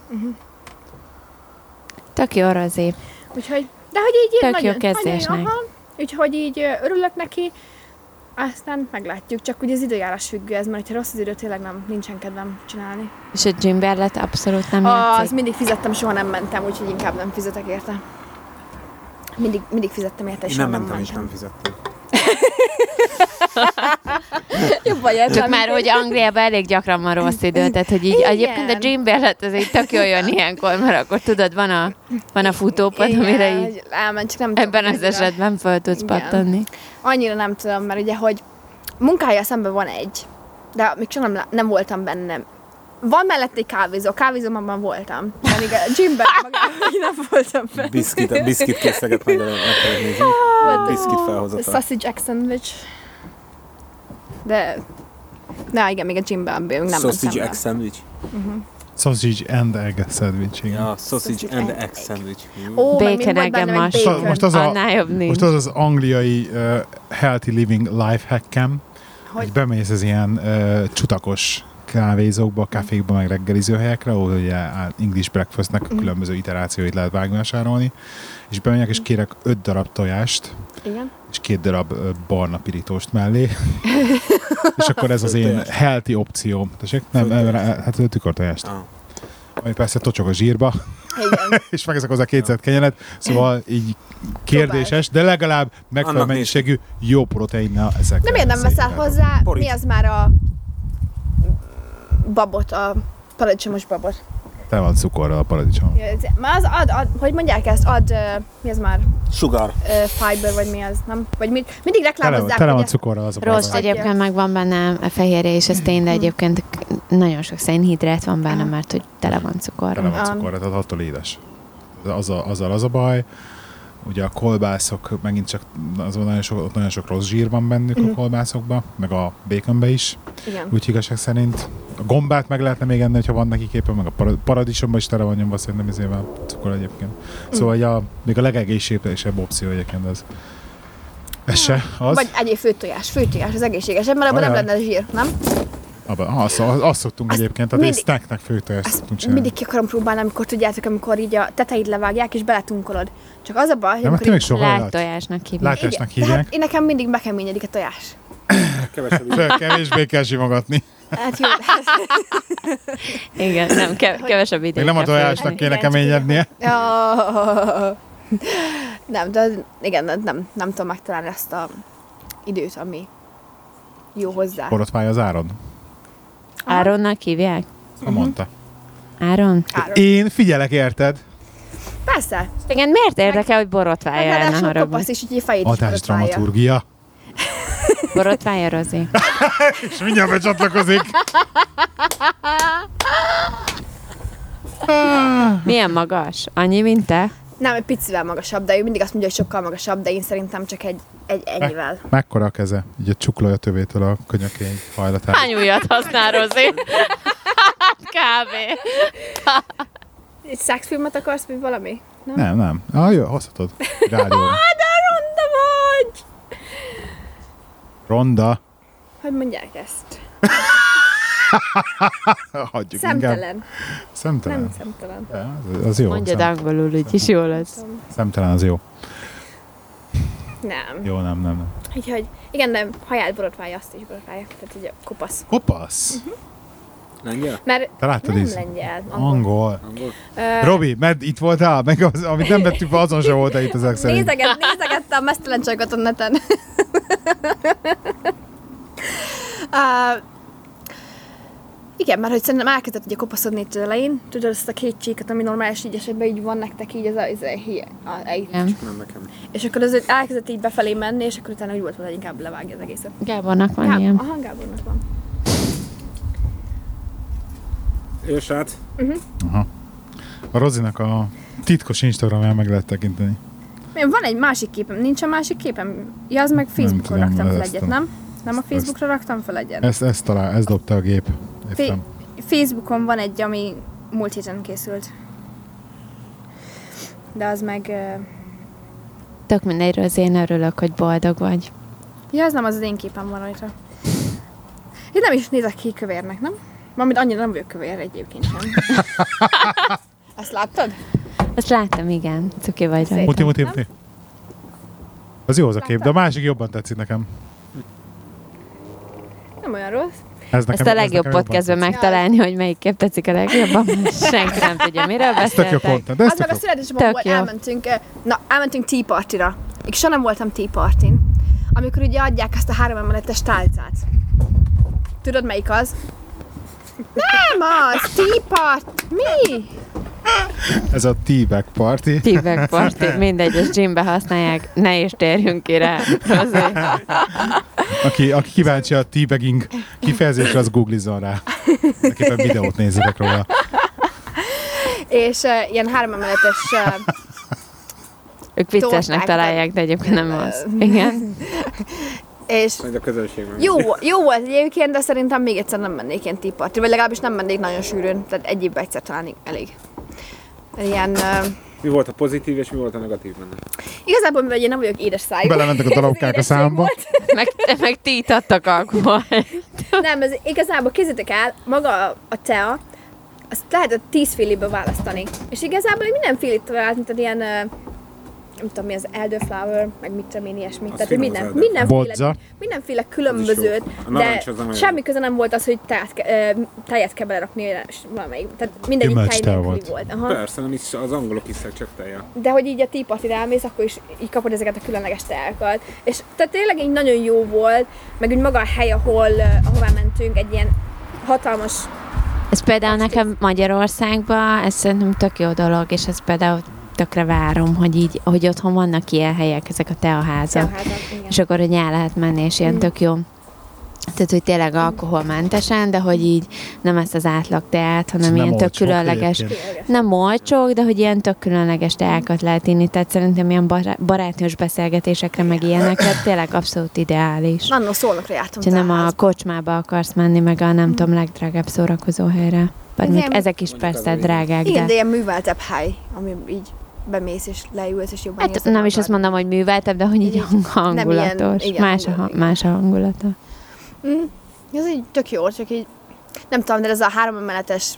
Tök jó, Rozi. Úgyhogy, de hogy így, így Tök jó nagyon, kezdésnek. nagyon, aha. Úgyhogy így ö, örülök neki, aztán meglátjuk. Csak ugye az időjárás függő ez, mert ha rossz az idő, tényleg nem, nincsen kedvem csinálni. És a gymberlet abszolút nem Ah, játszik. azt mindig fizettem, soha nem mentem, úgyhogy inkább nem fizetek érte. Mindig, mindig fizettem érte, és Én soha nem nem mentem és mentem. nem fizettem. Jobban Csak értem. már, hogy Angliában elég gyakran van rossz idő, tehát hogy így Igen. egyébként a gymberlet az így tök jól jön ilyenkor, mert akkor tudod, van a, van a futópad, Igen, amire így hogy elment, csak nem tudom, ebben az annyira- esetben föl tudsz Igen. pattanni. Annyira nem tudom, mert ugye, hogy munkája szemben van egy, de még csak nem, lá- nem voltam benne. Van mellett egy kávézó, a kávézóban voltam, de még a gymben magában még nem voltam benne. Biszkit, biszkit készleget meg meg kellett nézni. Biszkit A felhozott. sausage egg sandwich. De... Na igen, még a gymben még nem Sausage mentem egg be. sandwich. Sausage and egg sandwich, igen. Ja, sausage Sausage and and egg egg. sandwich. Ó, meg még Bacon volt eggem benne egy más. bacon. Most az a- Annál jobb nincs. Most az az angliai uh, Healthy Living Life Hack-em, Hogy- hogy bemész az ilyen uh, csutakos kávézókba, kafékba, meg reggelizőhelyekre, ahol ugye áll English breakfastnek a különböző iterációit lehet vágvásárolni, és bemegyek, és kérek öt darab tojást, Igen. és két darab ö, barna pirítóst mellé. És akkor ez az én healthy opcióm. Tessék? Nem, nem, nem, hát tükörtojást. Ah. Ami persze tocsog a zsírba, Igen. és megeszek hozzá kétszert kenyeret, szóval így kérdéses, de legalább megfelelő Annak mennyiségű jó proteinnel ezek. De miért nem veszel hozzá? Boris. Mi az már a babot, a paradicsomos babot? Te van cukorral a paradicsom. Már az ad, ad, hogy mondják ezt, ad, uh, mi az már, Sugar. uh, fiber, vagy mi az, nem? Vagy mit, mindig Tele, reklámozzák, tele van hogy cukorral az a Rossz, paradicsom. egyébként meg van benne a fehérje, és ez tény, de egyébként nagyon sok szénhidrát van benne, mert hogy tele van Tele cukorral. van cukorral, tehát attól édes. Az a, azzal az a baj, ugye a kolbászok, megint csak az nagyon sok, ott nagyon sok rossz zsír van bennük a kolbászokban, meg a baconbe is, igen. úgy igazság szerint. A gombát meg lehetne még enni, ha van neki képen, meg a para- paradicsomban is tele van nyomva szerintem izével cukor egyébként. Szóval mm. a, még a legegészségesebb opció egyébként ez. Ez se az. Vagy egyéb főtojás, főtojás az egészségesebb, mert abban nem Olyan. lenne zsír, nem? Abba, azt, azt szoktunk Azt egyébként, tehát egy mindig- snacknek főtojást Ezt szoktunk csinálni. mindig ki akarom próbálni, amikor tudjátok, amikor így a tetejét levágják, és beletunkolod. Csak az a baj, hogy Nem, mert amikor ti még így... soha lát. Láttojásnak hívják. Látásnak Igen, hívják. tehát én nekem mindig bekeményedik a tojás. Kevesebb idő. Föl kevésbé kell simogatni. Hát jó, hát... Igen, nem, kev- kevesebb idő. Még nem a tojásnak kéne Igen, keményednie. Ja. Nem, de igen, nem, nem, nem tudom megtalálni ezt a időt, ami jó hozzá. Borotvály az Áron? Áronnak hívják? Ha mondta. Áron? Áron. Én figyelek, érted? Persze. Igen, miért érdekel, hogy borotvája el, ne Ráadásul haragudj? kopasz is, így a fejét is borotválja. Adásdramaturgia. Borotvája, Rozi. És mindjárt becsatlakozik. Milyen magas? Annyi, mint te? Nem, egy picivel magasabb, de ő mindig azt mondja, hogy sokkal magasabb, de én szerintem csak egy, egy ennyivel. Mekkora a keze? Így a csuklója tövétől a könyökény hajlatára. Hány ujjat használ, Rozi? Kb. Egy szexfilmet akarsz, vagy valami? Nem? Nem, nem. Ah, jó, hozhatod. Rádióra. De ronda vagy! Ronda. Hogy mondják ezt? Hagyjuk inkább. Szemtelen. Szemtelen. Nem szemtelen. Ja, az- az jó. Mondjad Szem, angolul, úgyis jó lesz. szemtelen az jó. Nem. Jó, nem, nem, nem. Úgyhogy, igen, de haját borotválja, azt is borotválja. Tehát így a kopasz. Kopasz. Lengyel? Mert Te láttad nem is? lengyel. Angol. Angol. Angol? Ö, Robi, mert itt voltál? Meg az, amit nem vettük be, azon sem voltál itt ezek szerint. Nézeget, nézegette a mesztelen csajokat a neten. uh, igen, mert hogy szerintem elkezdett ugye kopaszodni itt az elején. Tudod azt a két csíkot, ami normális így esetben így van nektek így az a, az a, a, a, a Igen. Nem nekem. és akkor az elkezdett így befelé menni, és akkor utána úgy volt, hogy inkább levágja az egészet. Gábornak van Gáb- ilyen. Aha, Gábornak van. Ősrác. Aha. A Rozinak a titkos Instagramján meg lehet tekinteni. Van egy másik képem, nincs a másik képem? Ja, az meg Facebookra tudom, raktam fel ezt egyet, a- nem? Nem a Facebookra raktam fel egyet? Ezt, ezt talál, ezt dobta a gép. Értem. Facebookon van egy, ami múlt héten készült. De az meg... Uh... Tök mindegy, Rozi, én örülök, hogy boldog vagy. Ja, ez nem az az én képem van rajta. Én nem is nézek ki kövérnek, nem? Mármint annyira nem vagyok kövér egyébként sem. Ezt láttad? Azt láttam, igen. Cuki vagy Szép. rajta. Muti, muti, Nem? muti. Az jó az a kép, de a másik jobban tetszik nekem. Nem olyan rossz. Ez nekem, Ezt a ez legjobb nekem jobban podcastben tetszik. megtalálni, hogy melyik kép tetszik a legjobban. Senki nem tudja, miről Ez tök jó beszéltek. content, de ez Az tök meg a jó. születésnapom Tök volt, jó. elmentünk, eh, na, elmentünk tea partyra. Még soha nem voltam tea partyn. Amikor ugye adják ezt a három emeletes tálcát. Tudod melyik az? Nem az! Tea part! Mi? Ez a T-Bag Party. T-bag party, mindegy, és gymbe használják. Ne is térjünk ki rá, Rozi. Aki, aki kíváncsi a teabagging kifejezésre, az googlizzon rá. Neképpen videót nézzétek róla. És uh, ilyen három emeletes... Uh, Ők viccesnek Torták, találják, de egyébként nem az. Igen. és Majd a közönségben. jó, jó volt egyébként, de szerintem még egyszer nem mennék ilyen tea party, vagy legalábbis nem mennék nagyon sűrűn, tehát egy évben egyszer talán elég. Ilyen... Uh, Mi volt a pozitív és mi volt a negatív benne? igazából, mivel én nem vagyok édes szájú. Belementek a darabkák a számba. Meg, meg ti itattak alkohol. Nem, ez igazából kézzétek el, maga a tea, azt lehetett tízféléből választani. És igazából én mindenfélét talált, mint ilyen, uh, nem tudom mi az elderflower, meg mit tudom én ilyesmi. Az Tehát finom minden, az elderflower. mindenféle, Bodza. mindenféle különbözőt, jó. A de narancs az nem olyan semmi jó. köze nem volt az, hogy tejet, ke- uh, tejet kell belerakni és valamelyik. Tehát mindegyik tej Gyümölcstea nélküli volt. volt. Aha. Persze, nem is az angolok iszák csak teja. De hogy így a tea party-ra elmész, akkor is így kapod ezeket a különleges teákat. És tehát tényleg így nagyon jó volt, meg úgy maga a hely, ahol, uh, ahová mentünk, egy ilyen hatalmas. Ez például nekem Magyarországban, ez szerintem tök jó dolog, és ez például tökre várom, hogy így, hogy otthon vannak ilyen helyek, ezek a teaházak. Teaházak, igen. És akkor, hogy el lehet menni, és ilyen Mm. tök jó. Tehát, hogy tényleg alkoholmentesen, de hogy így nem ezt az átlag teát, hanem Nem ilyen tök olcsók különleges. egyébként. Tényleges. Nem olcsók, de hogy ilyen tök különleges teákat lehet inni, tehát szerintem ilyen bará- barátnős beszélgetésekre, meg ilyenekre tényleg abszolút ideális. Annó Szolnokra jártam. Ha nem a teaházba. kocsmába akarsz menni, meg a nem tudom, legdrágább szórakozó helyre. Vagy még Igen. ezek is Mondjuk persze az a drágák, Igen, de de... ilyen műveltebb hely, ami így bemész és leülsz és jobban Hát érzed nem is magad. azt mondom, hogy műveltebb, de hogy így Így hang- nem ilyen- hangulatos. igen, Más a, hangulat, ha- más a hangulata. Mm. Ez így tök jó, csak így nem tudom, de ez a három emeletes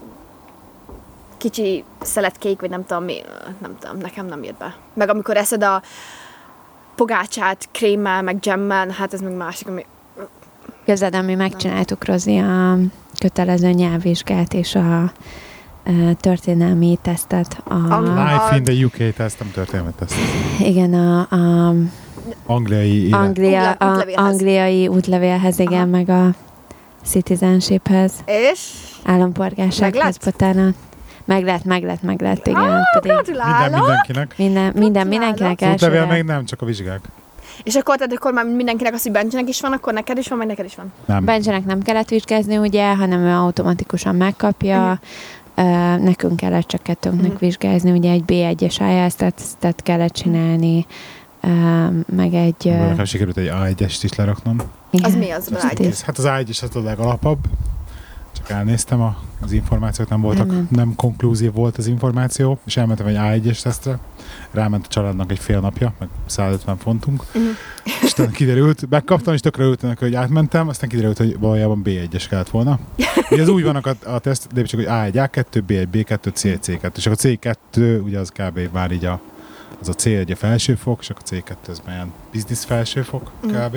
kicsi szeletkék, vagy nem tudom mi, nem tudom, nekem nem jött be. Meg amikor eszed a pogácsát krémmel, meg dzsemmel, hát ez meg másik, ami... Közben mi megcsináltuk, Rozi, a kötelező nyelvvizsgát és a, a történelmi tesztet. A, Life in the U K teszt, nem történelmi teszt. Igen, a, a angliai, élet. Anglia, Útle- a, útlevélhez. angliai útlevélhez, igen, Aha. meg a citizenshiphez, És? állampolgársághoz, Meglett? botána. Meg lett, meg lett, meg lett, igen. Ah, pedig Minden gratulálok! mindenkinek. minden, minden, Gratulálok. mindenkinek Az útlevél elsőre. még nem, csak a vizsgák. És akkor, tehát akkor már mindenkinek az, hogy Bencsének is van, akkor neked is van, meg neked is van. Nem. Bencsének nem kellett vizsgázni, ugye, hanem ő automatikusan megkapja. Uh, nekünk kellett csak kettőnknek Mhm. vizsgázni, ugye egy bé egyes i á es tesztet kellett csinálni, uh, meg egy... Uh, Uh, Nekem sikerült egy á egyest is leraknom. Az mi az, Most Rágy? is. Ez, hát az á egyes az a legalapabb. Csak elnéztem, a, az információk nem voltak, Nem, nem, nem. nem konklúzív volt az információ, és elmentem egy á egyes tesztre. Ráment a családnak egy fél napja, meg százötven fontunk. Mhm. És utána kiderült, megkaptam, és tökre örültem neki, hogy átmentem, aztán kiderült, hogy valójában bé egyes kellett volna. Ugye az úgy vannak a, a teszt lépések, hogy á egy, á kettő, bé egy, bé kettő, cé egy, cé kettő. És akkor a cé kettő, ugye az kb. Már így a, az a cé egy a felsőfok, és akkor a cé kettő az már ilyen business felsőfok kb.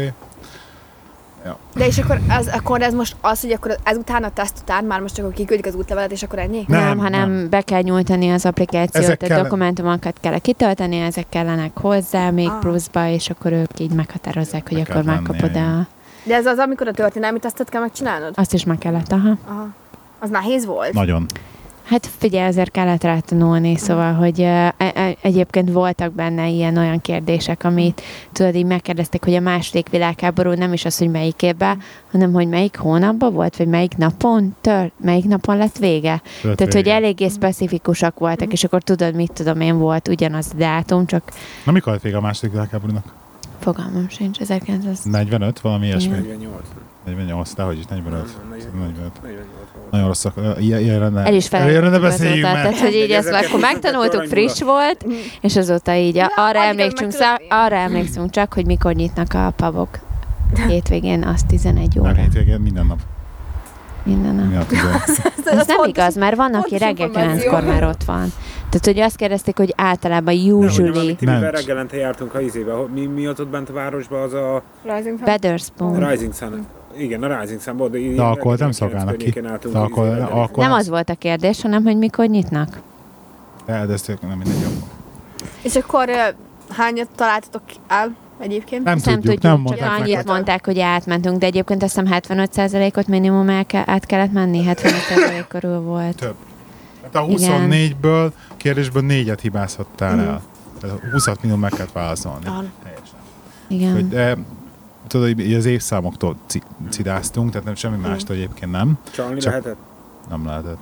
Ja. De és akkor, az, akkor ez most az, hogy akkor ezután a teszt után már most csak kiküldik az útlevelet, és akkor ennyi? Nem, Nem, hanem nem. be kell nyújtani az applikációt, Ezek tehát kell- dokumentumokat kell kitölteni, ezek kellenek hozzá még Ah. pluszba, és akkor ők így meghatározzák, hogy Be akkor kell venni, megkapod igen. a... De ez az, amikor a történelmi tesztet kell megcsinálnod? Azt is meg kellett, aha. Aha. Az nehéz volt? Nagyon. Hát figyelj, azért kellett rá tanulni, szóval, hogy uh, e- egyébként voltak benne ilyen olyan kérdések, amit tudod, így megkérdezték, hogy a második világháború nem is az, hogy melyik évben, hanem hogy melyik hónapban volt, vagy melyik napon tört, melyik napon lett vége. Tört Tehát, hogy vége. eléggé specifikusak voltak, és akkor tudod, mit tudom én, volt ugyanaz a dátum, csak Na mikor lett vége a második világháborúnak? fogalmam sincs, ezerkilencszáz... negyvenöt, valami ilyesmi? Igen. negyvennyolc. negyvennyolc, dehogy is, negyvenöt. negyvenöt. negyvennyolc volt. Nagyon rosszak. Ilyen, ilyenre ne, El is ilyenre ne felejtettük beszéljünk, azóta, mert... tehát, hogy így ezt Ezeket akkor viszont megtanultuk, akkor friss volt, és azóta így Ja, arra addig emlékszünk, meg szá- tudod, arra emlékszünk csak, hogy mikor nyitnak a pubok. Hétvégén az tizenegy Nem, óra. hétvégén minden nap. Minden nap. Minden nap tizenegy. Ez nem igaz, mert van, aki fontos reggel információ. kilenckor már ott van. Tehát, hogy azt kérdezték, hogy általában usually Nem, Nem. reggelente jártunk a izébe. Ho- Mi, mi ott, ott bent a városban az a Rising Sun? Wetherspoon. Rising Sun. Igen, a Rising Sun volt. De akkor nem szolgálnak ki. De akkor, akkor Nem az volt a kérdés, hanem, hogy mikor nyitnak. Eldeztük, nem mindegy. Akkor. És akkor ö, hányat találtatok el egyébként? Nem Ezt nem tudjuk, tudjuk, nem csak mondták annyit meg. mondták, hogy átmentünk, de egyébként azt hiszem hetvenöt százalékot minimum el ke- át kellett menni, hetvenöt százalék körül volt. Több. Hát a huszonnégyből kérdésből négyet hibázhattál el. Tehát húszat minimum meg kellett válaszolni. Ah. Helyesen. Igen. Hogy, de tudod, hogy így az évszámoktól ci- cidáztunk, tehát nem semmi mástól egyébként nem. Csalni Csak- lehetett? Nem lehetett.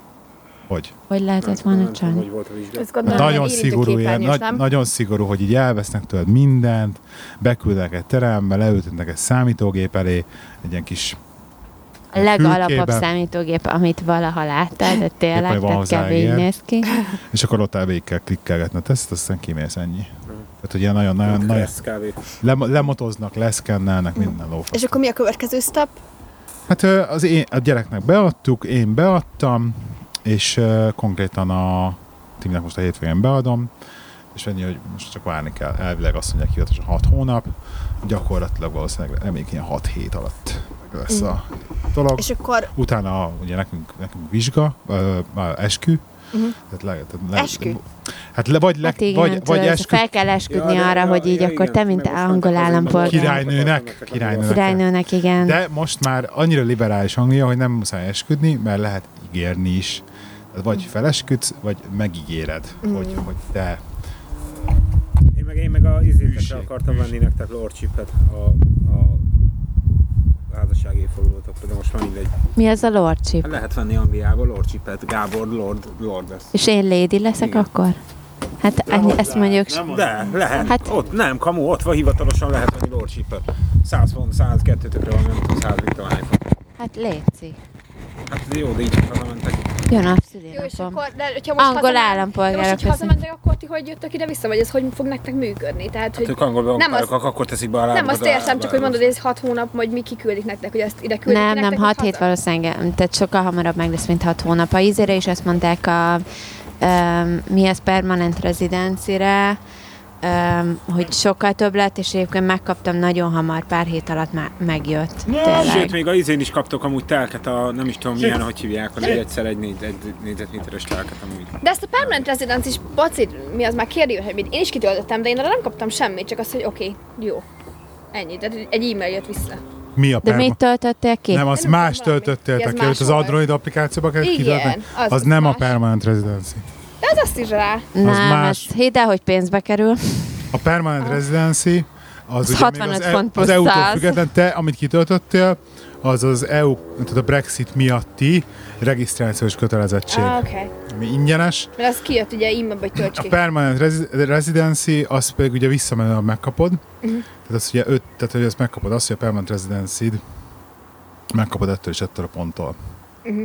Hogy? Hogy lehetett Nem volna tudom, csinálni? hogy volt a vizsgálat. Ezt gondolom, Nagyon ilyen szigorú, ilyen, érintőképernyős, nagy, nem? nagyon szigorú, hogy így elvesznek tőled mindent, beküldnek egy terembe, leültetnek egy számítógép elé, egy ilyen kis A legalapabb fülkébe, számítógép, amit valaha láttál, de Éppen, tényleg, hogy van tehát hozzá kb. ilyen. így néz ki. és akkor ott végig kell klikkelgetni a tesztet, aztán kimész ennyi. Tehát, hogy ilyen nagyon, nagyon, nagyon Kressz kávé. lem- lemotoznak, leszkennelnek, minden lófasz. És akkor mi a következő step? Hát ö, az én, a gyereknek beadtuk, én beadtam, és uh, konkrétan a Timnek most a hétvégén beadom, és ennyi, hogy most csak várni kell. Elvileg azt mondják hivatalosan hat hónap, gyakorlatilag valószínűleg reméljük ilyen hat hét alatt meg lesz a dolog. És akkor Utána ugye nekünk, nekünk vizsga, ö, ö, eskü, uh-huh. tehát le, tehát le, Eskü? Hát le, vagy, le, Hát igen, vagy, tudod, vagy ez eskü, fel kell esküdni Ja, de- arra, ja, hogy így ja, akkor igen, te, mint meg most angol mondták, állampolgár. Királynőnek, királynőnek. Királynőnek, igen. De most már annyira liberális Anglia, hogy nem muszáj esküdni, mert lehet ígérni is. Tehát vagy felesküdsz, vagy megígéred, Mm. hogy, hogy te... Én meg, én meg a izétekre Hűség, akartam hűség. venni nektek lordshipet a, a házassági évfordulótokra, de most már mindegy. Mi az a lordship? Hát lehet venni Angliába lordshipet, Gábor Lord, Lord lesz. És én lady leszek Igen. akkor? Hát ennyi, ezt mondjuk... De, lehet. Hát- Hát, ott nem, kamu, ott van hivatalosan lehet venni lordshipet. száz font, száz kettő tökre van, nem tudom, száz mit találni fog. Hát létszik. Hát Ez jó, de így csak hazamentek. Jó nap, Jó, és szülinapom. akkor, de hogyha most Angol hazament- állampolgárok de most, hogyha lesznek. hazamentek, akkor ti hogy jöttök ide vissza, vagy ez hogy fog nektek működni? Tehát, hogy Hát ők angolban nem akarok, azt- akkor teszik be a nem lábukat azt a- értem, csak hogy a- mondod, hogy ez hat hónap, vagy mi kiküldik nektek, hogy ezt ide küldik Nem, nektek, nem, vagy hat hét haza? valószínűleg, tehát sokkal hamarabb meg lesz, mint hat hónap. A izére is azt mondták a um, mi ez permanent rezidencire, um, hogy sokkal több lett, és egyébként megkaptam nagyon hamar, pár hét alatt már megjött. Sőt, Tényleg. még a izén is kaptok amúgy telket, a nem is tudom milyen, hogy hívják, a negyedszer egy, négy, egy négyzetméteres telket amúgy. De ezt a permanent residence is, Baci, mi az már kérdő, hogy mit- én is kitöltöttem, de én arra nem kaptam semmit, csak azt, hogy oké, okay, jó. Ennyi, de egy e-mail jött vissza. Mi a De perma? mit töltöttél ki? Nem, az Nem más tudom, valami. töltöttél, Ja, ez te ki, más az volt. Android applikációba kell Igen, kitölteni? az- Az az nem a más. permanent residency. De ez azt is rá. Nem, más. ez hidd el, hogy pénzbe kerül. A permanent residency az, Az ugye még hatvanöt az, E- font az plusz é u-tól száz. független, te, amit kitöltöttél, az az é u, tehát a Brexit miatti regisztrációs kötelezettség, Ah, oké. Okay. ami ingyenes. Mert az kijött ugye e-mailbe, hogy tölts A ki. permanent resi- residency, az pedig ugye visszamenően megkapod. Mhm. Tehát az ugye öt, tehát hogy ezt megkapod azt, hogy a permanent residency megkapod ettől és ettől a ponttól. Oké.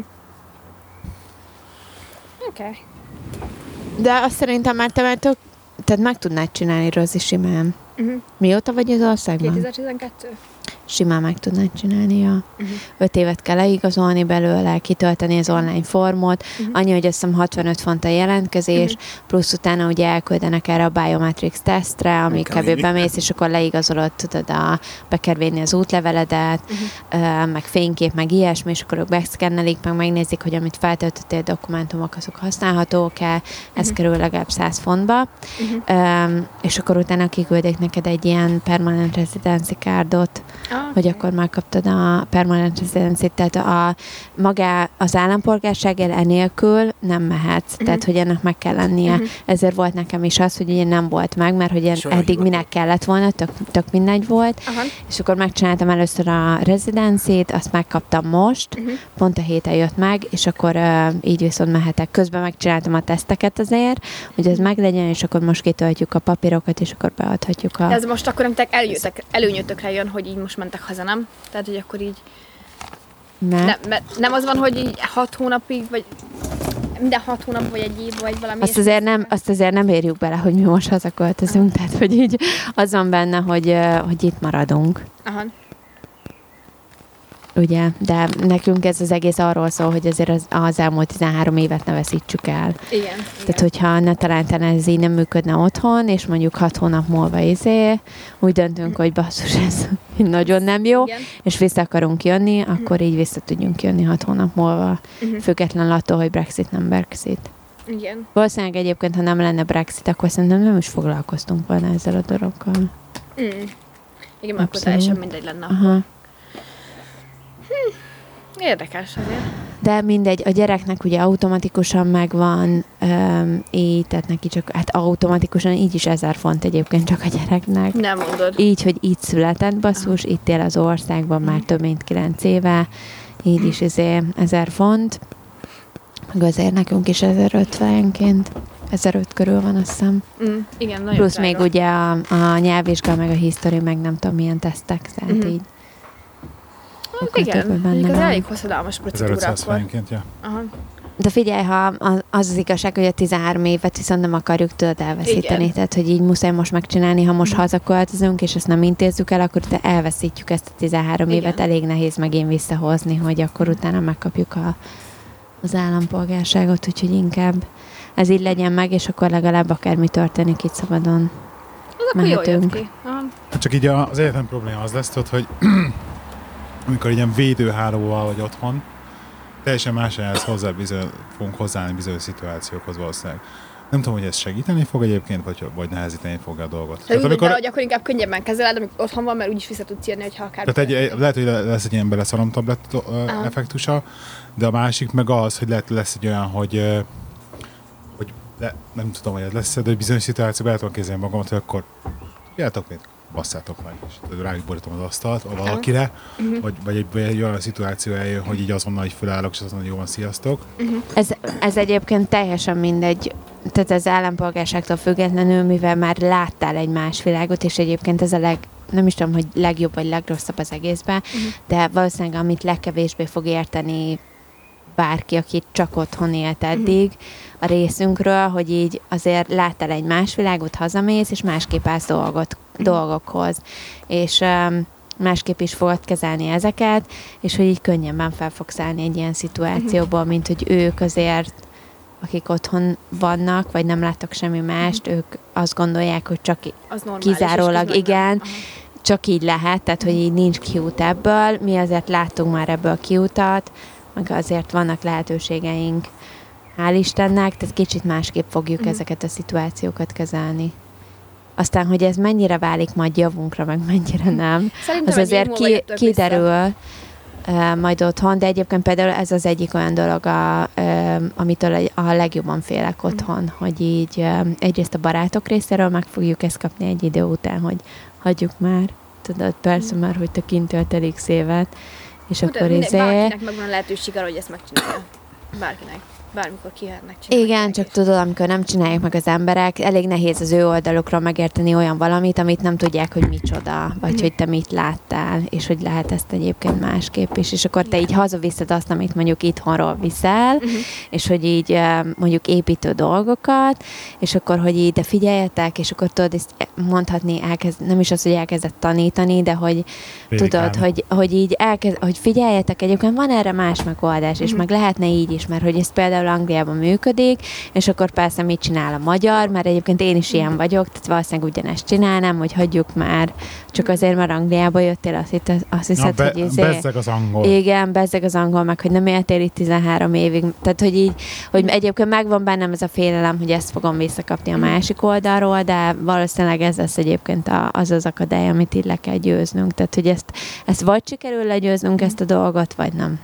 Okay. De azt szerintem már te már tök, tehát meg tudnád csinálni, Rozi, simán. Uh-huh. Mióta vagy az országban? kétezer-tizenkettő? Simán meg tudnád csinálni, ja. Uh-huh. Öt évet kell leigazolni belőle, kitölteni az online formot, Mhm. annyi, hogy azt hiszem hatvanöt font a jelentkezés, Mhm. plusz utána ugye elküldenek erre a biometrics tesztre, ami Kemény. kb. Bemész, és akkor leigazolod, tudod, a, be kell vinni az útleveledet, uh, meg fénykép, meg ilyesmi, és akkor ők beszkennelik, meg megnézik, hogy amit feltöltöttél dokumentumok, azok használhatók-e, ez kerül legalább száz fontba, Uh-huh. um, és akkor utána kiküldik neked egy ilyen permanent residency cardot, Ah, hogy akkor megkaptad a permanent residency, tehát a, magá az állampolgárságért enélkül nem mehetsz, uh-huh. tehát hogy ennek meg kell lennie. Mhm. Ezért volt nekem is az, hogy ugye nem volt meg, mert hogy én Soha eddig hivatott. minek kellett volna, tök, tök mindegy volt, Aha. és akkor megcsináltam először a residency-t, azt megkaptam most, Uh-huh. pont a héten jött meg, és akkor uh, így viszont mehetek. Közben megcsináltam a teszteket azért, hogy ez meglegyen, és akkor most kitöltjük a papírokat, és akkor beadhatjuk a... De ez most akkor, amikor előjöttek, előnyötökre jön, hogy így most mentek haza, nem? Tehát, hogy akkor így... Ne? Nem, mert nem az van, hogy így hat hónapig, vagy minden hat hónap, vagy egy év, vagy valami. Azt ilyesmi? azért, nem, azt azért nem érjük bele, hogy mi most hazaköltözünk, tehát hogy így az van benne, hogy, ö, hogy itt maradunk, Aha. ugye? De nekünk ez az egész arról szól, hogy azért az, az elmúlt tizenhárom évet ne veszítsük el. Igen. igen. Tehát, hogyha ne talán ez így nem működne otthon, és mondjuk hat hónap múlva izé, úgy döntünk, hogy basszus, ez így nagyon nem jó, Igen. és vissza akarunk jönni, akkor így vissza tudjunk jönni hat hónap múlva, Mhm. függetlenül attól, hogy Brexit nem Brexit. Igen. Valószínűleg egyébként, ha nem lenne Brexit, akkor szerintem nem is foglalkoztunk volna ezzel a dologgal. Mm. Igen, mert akkor Abszolút. teljesen mindegy lenne. Aha. Érdekes azért. De mindegy, a gyereknek ugye automatikusan megvan, um, így, tehát neki csak, hát automatikusan így is ezer font egyébként csak a gyereknek. Nem mondod. Így, hogy itt született basszus, itt él az országban már több mint kilenc éve, így is ezért ezer font, meg azért nekünk is ezerötvenként, ezeröt körül van, azt hiszem. Mm. Igen, nagyon Plusz drága. még ugye a, a nyelvvizsga, meg a history, meg nem tudom milyen tesztek, tehát Mhm. így. Hát akkor igen, többen benne mondjuk az van. elég hosszadalmas procedúra ezerötszáz akkor. fejenként, ja. Aha. De figyelj, ha az az, az igazság, hogy a tizenhárom évet viszont nem akarjuk tudod elveszíteni. Igen. Tehát, hogy így muszáj most megcsinálni, ha most hazaköltözünk, és ezt nem intézzük el, akkor te elveszítjük ezt a tizenhárom Igen. évet. Elég nehéz megint visszahozni, hogy akkor utána megkapjuk a, az állampolgárságot, úgyhogy inkább ez így legyen meg, és akkor legalább akármi történik itt szabadon. Az akkor jól jött Mehetünk. ki. Aha. Csak így a- az egyetlen probléma az lesz, tudod, hogy amikor ilyen védőhálóval vagy otthon, teljesen más ehhez hozzá bizony, fogunk hozzáállni bizonyos szituációkhoz valószínűleg. Nem tudom, hogy ez segíteni fog egyébként, vagy, vagy nehezíteni fogja a dolgot. Tehát úgy, amikor... hogy akkor inkább könnyebben kezeled, amikor otthon van, mert úgyis vissza tudsz jönni, hogyha akár... tehát egy, egy, lehet, hogy lesz egy ilyen beleszarom tablett ö, Aha. effektusa, de a másik meg az, hogy lehet, lesz egy olyan, hogy, ö, hogy de, nem tudom, hogy ez lesz, de hogy bizonyos szituációban el tudom képzelni magamat, hogy akkor tudjátok mit? Basszátok meg, és rájuk borítom az asztalt a valakire, Mhm. vagy, vagy, egy, vagy egy olyan szituáció eljön, hogy így azonnal így fölállok, és azonnal jó van, sziasztok. Ez, ez egyébként teljesen mindegy, tehát az állampolgárságtól függetlenül, mivel már láttál egy más világot, és egyébként ez a leg, nem is tudom, hogy legjobb vagy legrosszabb az egészben, uh-huh. de valószínűleg amit legkevésbé fog érteni bárki, aki csak otthon élt eddig a részünkről, hogy így azért láttál egy más világot, hazamész, és másképp állsz dolgot, dolgokhoz. És um, másképp is fogod kezelni ezeket, és hogy így könnyebben fel fogsz állni egy ilyen szituációból, mint hogy ők azért, akik otthon vannak, vagy nem láttak semmi mást, ők azt gondolják, hogy csak Az normális, kizárólag, és igen, Aha. csak így lehet, tehát hogy így nincs kiút ebből. Mi azért láttunk már ebből kiutat, meg azért vannak lehetőségeink, hál' Istennek, tehát kicsit másképp fogjuk Mhm. ezeket a szituációkat kezelni. Aztán, hogy ez mennyire válik majd javunkra, meg mennyire nem, Szerintem az egy év azért múlva ki, jöttök vissza. kiderül uh, majd otthon, de egyébként például ez az egyik olyan dolog, a, uh, amitől egy- a legjobban félek otthon, hogy így uh, egyrészt a barátok részéről meg fogjuk ezt kapni egy idő után, hogy hagyjuk már, tudod, persze már, hogy te kint éltél x évet, és De akkor minden- izé... Bárkinek megvan a lehetőség arra, hogy ezt megcsinálja. Bárkinek. Bármikor kihernek csinálni. Igen, csak tudod, amikor nem csinálják meg az emberek, elég nehéz az ő oldalukról megérteni olyan valamit, amit nem tudják, hogy micsoda, vagy Mhm. hogy te mit láttál, és hogy lehet ezt egyébként másképp is. És akkor te így hazaviszed azt, amit mondjuk itthonról viszel, Uh-huh. és hogy így eh, mondjuk építő dolgokat, és akkor, hogy így de figyeljetek, és akkor tudod ezt mondhatni, elkezd, nem is az, hogy elkezdett tanítani, de hogy Prédikálni. tudod, hogy, hogy így elkezd, hogy figyeljetek, egyébként van erre más megoldás, és Mhm. meg lehetne így is, mert hogy ez például Angliában működik, és akkor persze mit csinál a magyar, mert egyébként én is ilyen vagyok, tehát valószínűleg ugyanezt csinálnám, hogy hagyjuk már, csak azért, mert Angliába jöttél, azt, hitt, azt Na, hiszed, be, hogy izé... bezzeg az angol. Igen, bezzeg az angol, meg hogy nem éltél itt tizenhárom évig. Tehát, hogy így, hogy egyébként megvan bennem ez a félelem, hogy ezt fogom visszakapni a másik oldalról, de valószínűleg ez lesz egyébként a, az az akadály, amit így le kell győznünk. Tehát, hogy ezt, ezt vagy sikerül legyőznünk ezt a dolgot, vagy nem.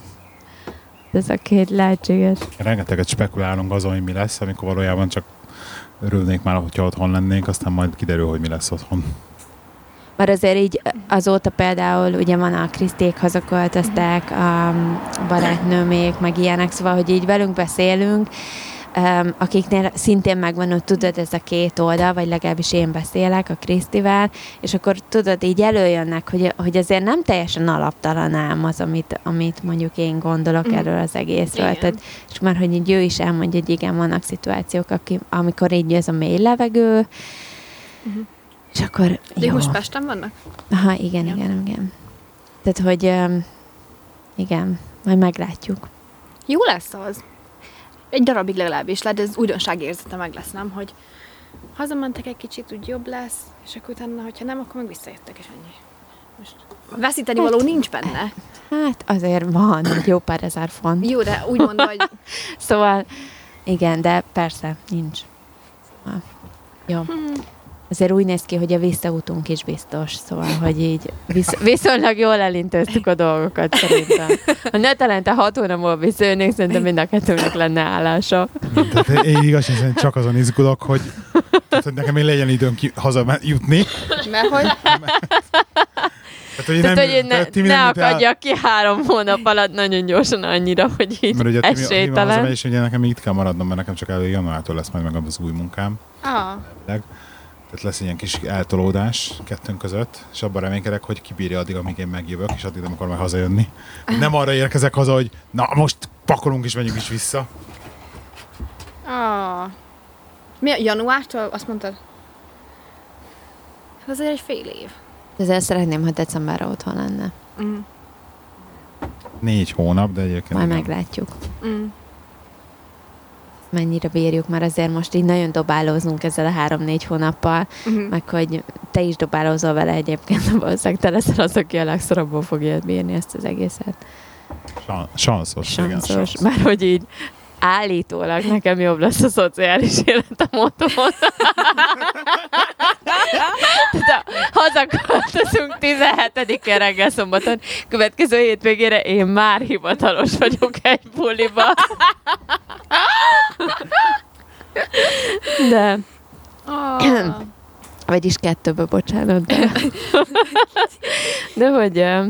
Ez a két lehetséges. Rengeteget spekulálunk azon, hogy mi lesz, amikor valójában csak örülnék már, hogyha otthon lennénk, aztán majd kiderül, hogy mi lesz otthon. Mert azért így azóta például ugye van a Kriszték hazaköltöztek, a barátnőmék, meg ilyenek, szóval, hogy így velünk beszélünk, um, akiknél szintén megvan, hogy tudod, ez a két oldal, vagy legalábbis én beszélek a Krisztivel, és akkor tudod, így előjönnek, hogy, hogy azért nem teljesen alaptalan ám az, amit, amit mondjuk én gondolok Mhm. erről az egészről. Igen. Tehát, és már, hogy így ő is elmondja, hogy igen, vannak szituációk, aki, amikor így ez a mély levegő, Mhm. és akkor De jó. most Pesten vannak? Aha, igen, Ja. igen, igen. Tehát, hogy um, igen, majd meglátjuk. Jó lesz az. Egy darabig legalábbis, lehet, ez újdonságérzete meg lesz, nem? Hogy hazamentek egy kicsit, úgy jobb lesz, és akkor utána, hogyha nem, akkor meg visszajöttek, és ennyi. Most veszíteni való nincs benne. Hát azért van egy jó pár ezer font. Jó, de úgy mondom, hogy Szóval igen, de persze, nincs. Szóval, jó. Azért úgy néz ki, hogy a visszaútunk is biztos, szóval, hogy így visz- viszonylag jól elintéztük a dolgokat szerintem. Ha ne talán hat hónap múlva visszajönnénk, szerintem mind a kettőnek lenne állása. Tehát én igaz, én csak azon izgulok, hogy, tehát, hogy nekem én legyen időm ki, haza me- jutni. mert hogy Tehát, hogy Tehát, hogy én ne, tehát Timi ne nem jut el- akadjak ki három hónap alatt nagyon gyorsan annyira, hogy így Mert ugye Timi, Timi esélytelen. hazamegy, és ugye nekem itt kell maradnom, mert nekem csak elő januártól lesz majd meg az új munkám. ah, Tehát lesz egy ilyen kis eltolódás kettőnk között, és abban reménykedek, hogy kibírja addig, amíg én megjövök, és addig nem akar majd hazajönni. Nem arra érkezek haza, hogy na most pakolunk és menjünk is vissza. ah. Mi a januártól? Azt mondtad? Hát azért egy fél év. Ezért szeretném, ha decemberre otthon lenne. Mm. Négy hónap, de egyébként... Majd igen. meglátjuk. Mm. Mennyire bírjuk, mert azért most így nagyon dobálózunk ezzel a három-négy hónappal, Mhm. meg hogy te is dobálózol vele egyébként, valószínűleg te leszel az, aki a legszorabból fogja bírni ezt az egészet. San- Sanszos, igen, Sanszos. sanszos. Már hogy így állítólag nekem jobb lesz a szociális életem otthon. Tehát hazaköltözünk tizenhetedikén reggel szombaton, következő hétvégére én már hivatalos vagyok egy buliba. De, Ah. vagyis kettőbe, bocsánat, de, de hogy eh,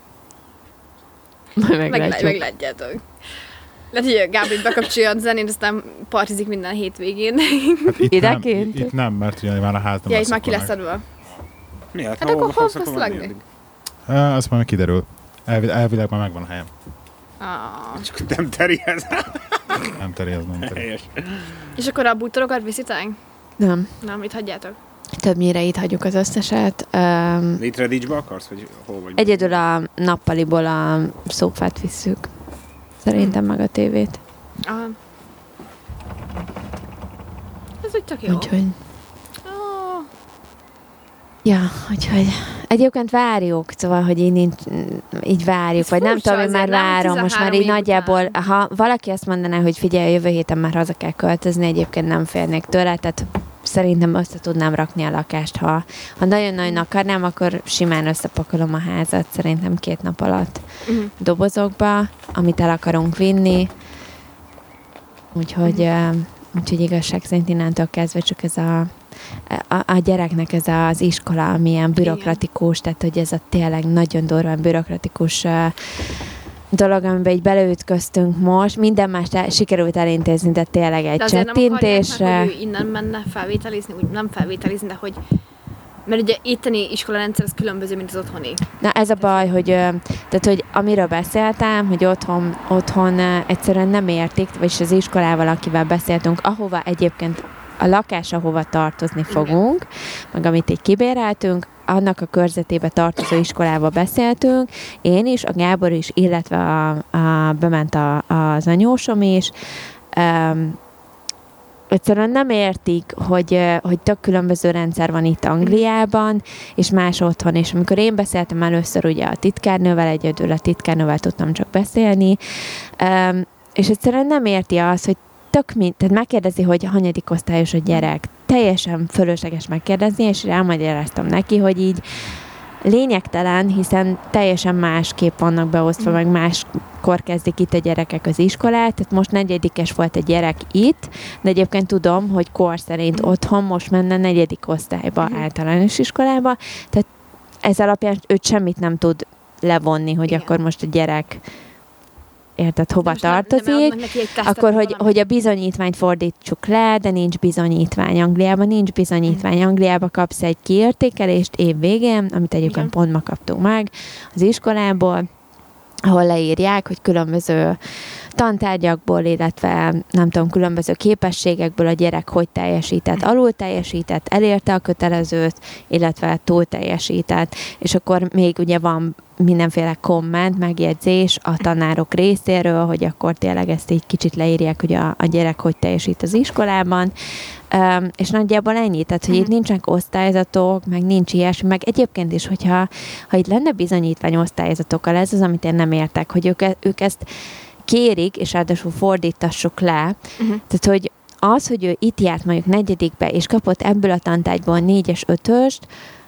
majd Meg, meglátjuk. meglátjátok. Lehet, hogy a Gábor bekapcsolja a zenét, aztán partizik minden hétvégén. Hát itt, nem, Ideként? itt nem, mert ugye már a ház nem Ja, lesz itt már ki akkor lesz meg. adva. Mi, hát, Hát ha akkor hol fogsz, hol akkor fogsz menni lakni? addig? Á, azt majd kiderül. Elvileg, elvileg már megvan a helyem. Ah. Csak nem teri ez. Nem teri, az nem teri. Helyes. És akkor a bútorokat viszitek? Nem. Nem, itt hagyjátok. Többnyire itt hagyjuk az összeset. Um, Létre Dicsbe akarsz, vagy hol vagy? egyedül a nappaliból a szófát visszük. Szerintem meg a tévét. Aha. Ez úgy tök jó. Úgyhogy... Oh. Ja, úgyhogy egyébként várjuk, szóval, hogy így, nincs, így várjuk, Ez vagy nem furcsa tudom, én már azért, nem? várom, most már így tizenhárom év nagyjából, után. ha valaki azt mondaná, hogy figyelj, jövő héten már haza kell költözni, egyébként nem félnék tőle, tehát szerintem össze tudnám rakni a lakást, ha, ha nagyon-nagyon akarnám, akkor simán összepakolom a házat, szerintem két nap alatt Uh-huh. dobozokba, amit el akarunk vinni, úgyhogy, uh, úgyhogy igazság szerint innentől kezdve csak ez a A, a gyereknek ez az iskola, amilyen bürokratikus, igen. Tehát hogy ez a tényleg nagyon durván bürokratikus uh, dolog, amiben így beleütköztünk most. Minden más el, sikerült elintézni, de tényleg egy de azért csettintésre. nem akarják meg, hogy ő innen menne felvételizni, úgy nem felvételizni, de hogy mert ugye itteni iskolarendszer az különböző, mint az otthoni. Na ez a baj, hogy, ö, tehát, hogy amiről beszéltem, hogy otthon, otthon ö, egyszerűen nem értik, vagyis az iskolával, akivel beszéltünk, ahova egyébként a lakás, ahova tartozni fogunk, meg amit így kibéreltünk, annak a körzetébe tartozó iskolába beszéltünk, én is, a Gábor is, illetve a, a, bement a, az anyósom is. Um, egyszerűen nem értik, hogy, hogy tök különböző rendszer van itt Angliában, és más otthon. És amikor én beszéltem először ugye a titkárnővel, egyedül a titkárnővel tudtam csak beszélni, um, és egyszerűen nem érti azt, hogy tök mind, tehát megkérdezi, hogy hanyadik osztályos a gyerek. Teljesen fölösleges megkérdezni, és elmagyaráztam neki, hogy így lényegtelen, hiszen teljesen másképp vannak beosztva, mm. meg máskor kezdik itt a gyerekek az iskolát, tehát most negyedikes volt a gyerek itt, de egyébként tudom, hogy kor szerint mm. otthon most menne negyedik osztályba, mm. általános iskolába, tehát ez alapján őt semmit nem tud levonni, hogy igen. Akkor most a gyerek érted, hova most tartozik, nem, nem akkor, hogy, hogy a bizonyítványt fordítsuk le, de nincs bizonyítvány Angliában, nincs bizonyítvány Angliában, kapsz egy kiértékelést év végén, amit egyébként igen. pont ma kaptunk meg az iskolából, ahol leírják, hogy különböző tantárgyakból, illetve nem tudom, különböző képességekből a gyerek hogy teljesített, alul teljesített, elérte a kötelezőt, illetve túl teljesített. És akkor még ugye van mindenféle komment, megjegyzés a tanárok részéről, hogy akkor tényleg ezt így kicsit leírják, hogy a, a gyerek hogy teljesít az iskolában. Um, és nagyjából ennyi, tehát hogy uh-huh. itt nincsenek osztályzatok, meg nincs ilyesmi, meg egyébként is, hogyha ha itt lenne bizonyítvány osztályzatokkal, ez az, amit én nem értek, hogy ők, ők ezt kérik, és ráadásul fordítassuk le, uh-huh. tehát hogy az, hogy ő itt járt mondjuk negyedikbe, és kapott ebből a tantárgyból négyes, ötöst,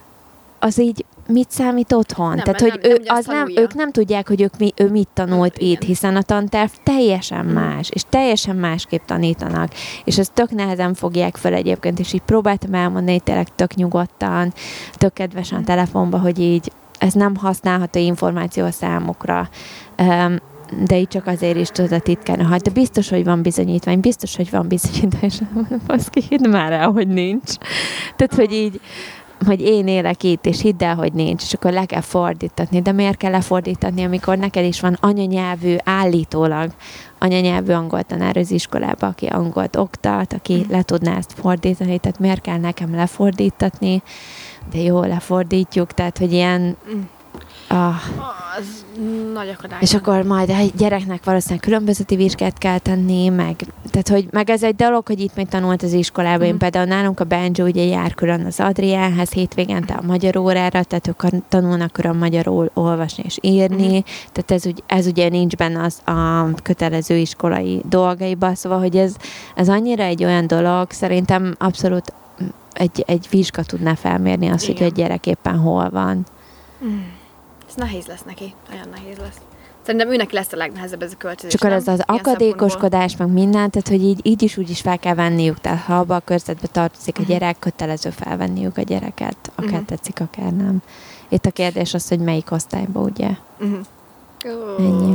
az így mit számít otthon? Nem, Tehát, nem, hogy nem, ő, nem, az nem, ők nem tudják, hogy ők mi, ő mit tanult nem, itt, igen. hiszen a tanterv teljesen mm. más, és teljesen másképp tanítanak, és ezt tök nehezen fogják fel egyébként, és így próbáltam elmondani, tényleg tök nyugodtan, tök kedvesen mm. telefonba, hogy így ez nem használható információ a számukra. Um, de így csak azért is tudod a titkárnő, hát de biztos, hogy van bizonyítvány, biztos, hogy van bizonyítvány, és baszki, hidd már el, hogy nincs. Tehát, hogy így hogy én élek itt, és hidd el, hogy nincs, és akkor le kell fordítatni. De miért kell lefordítatni, amikor neked is van anyanyelvű, állítólag anyanyelvű angol tanár az iskolában, aki angolt oktat, aki mm. le tudná ezt fordítani, tehát miért kell nekem lefordítatni, de jó, lefordítjuk, tehát, hogy ilyen... Mm. Ah. Az nagy akadály. És akkor majd egy gyereknek valószínűleg különbözeti vizsgát kell tenni, meg, tehát, hogy, meg ez egy dolog, hogy itt még tanult az iskolában. Mm. Én például nálunk a Benjo ugye jár külön az Adriánhez hétvégente a magyar órára, tehát ők tanulnak külön magyarul olvasni és írni, mm. tehát ez, ez ugye nincs benne az a kötelező iskolai dolgaiba, szóval, hogy ez, ez annyira egy olyan dolog, szerintem abszolút egy, egy vizsga tudná felmérni azt, igen. hogy a gyerek éppen hol van. Mm. Ez nehéz lesz neki, nagyon nehéz lesz. Szerintem őnek lesz a legnehezebb ez a költözés. Csak ez az akadékoskodás, meg minden, tehát hogy így, így is úgy is fel kell venniük, tehát ha abba a körzetbe tartozik a gyerek, kötelező felvenniük a gyereket, akár uh-huh. tetszik, akár nem. Itt a kérdés az, hogy melyik osztályba, ugye? Uh-huh. Oh. Ennyi.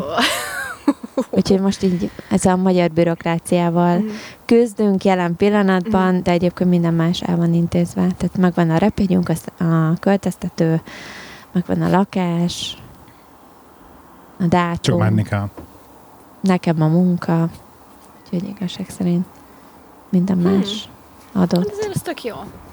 Úgyhogy most így ezzel a magyar bürokráciával uh-huh. küzdünk jelen pillanatban, uh-huh. de egyébként minden más el van intézve. Tehát megvan a repjegyünk, a költöztető, megvan a lakás, a dátum. Csak menni kell. nekem a munka, úgyhogy igazság szerint minden más adott. Azért ez tök jó.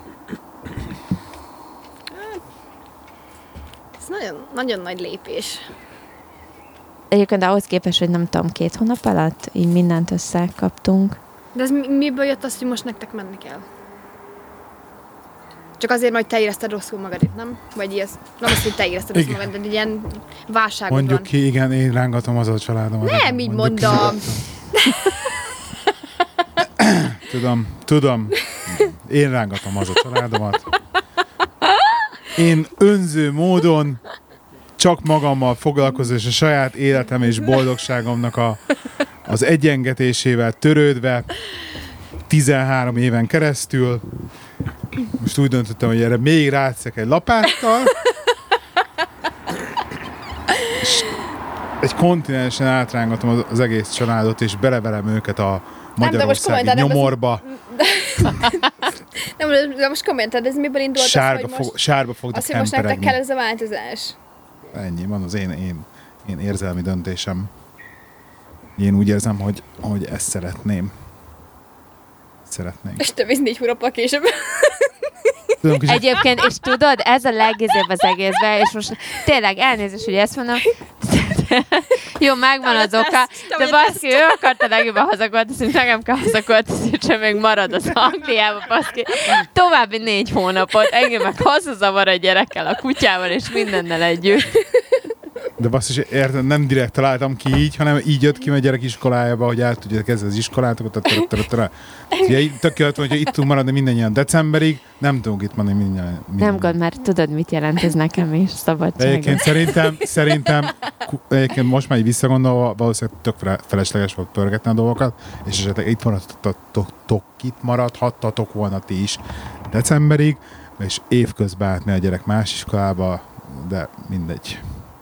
Ez nagyon, nagyon nagy lépés. Egyébként ahhoz képest, hogy nem tudom, két hónap alatt így mindent összekaptunk. De ez mi- miből jött az, hogy most nektek menni kell? Csak azért, hogy te érezted rosszul magadat, nem? Vagy ez, nem az, hogy te érezted rosszul Igen. magadat, de ilyen válságod Mondjuk van. ki, igen, én rángatom az a családomat. Nem, így Mondjuk mondom. Ki, tudom, tudom. Én rángatom az a családomat. Én önző módon csak magammal foglalkozom, és a saját életem és boldogságomnak a, az egyengetésével törődve tizenhárom éven keresztül. Most úgy döntöttem, hogy erre még rátszek egy lapáttal, és egy kontinensen átrángatom az, az egész családot, és beleverem őket a magyarországi komolyan, de nem nyomorba. Nem, de most kommentálod, ez miből indult Sárga, az, hogy fog, most, sárba fognak az, hogy most nektek hemperegni. kell ez a változás? Ennyi van az én, én, én érzelmi döntésem. Én úgy érzem, hogy, hogy ezt szeretném. Szeretném. És te víz négy hónappal később. Tudom, kicsit Egyébként, és tudod, ez a legizébb az egészben, és most tényleg elnézést, hogy ezt mondom. Jó, megvan az oka, de baszki, ő akarta legjobban hazaköltözni, nekem kell hazaköltözni, és még marad az Angliába, baszki. További négy hónapot, engem meg hazazavar a gyerekkel, a kutyával, és mindennel együtt. De basszus, érted, nem direkt találtam ki így, hanem így jött ki a gyerek iskolájába, hogy el tudja kezdeni az iskolátokat. Tök jött, hogyha itt tudunk maradni mindannyian decemberig, nem tudunk itt maradni mindannyian. Nem gond, mert tudod, mit jelent ez nekem is, szabadság. Egyébként szerintem, szerintem ku- egyébként most már így visszagondolva, valószínűleg tök fe- felesleges volt pörgetni a dolgokat, és esetleg itt maradhattatok, itt maradhattatok volna ti is decemberig, és évközben átni a gyerek más iskolába, de mindegy.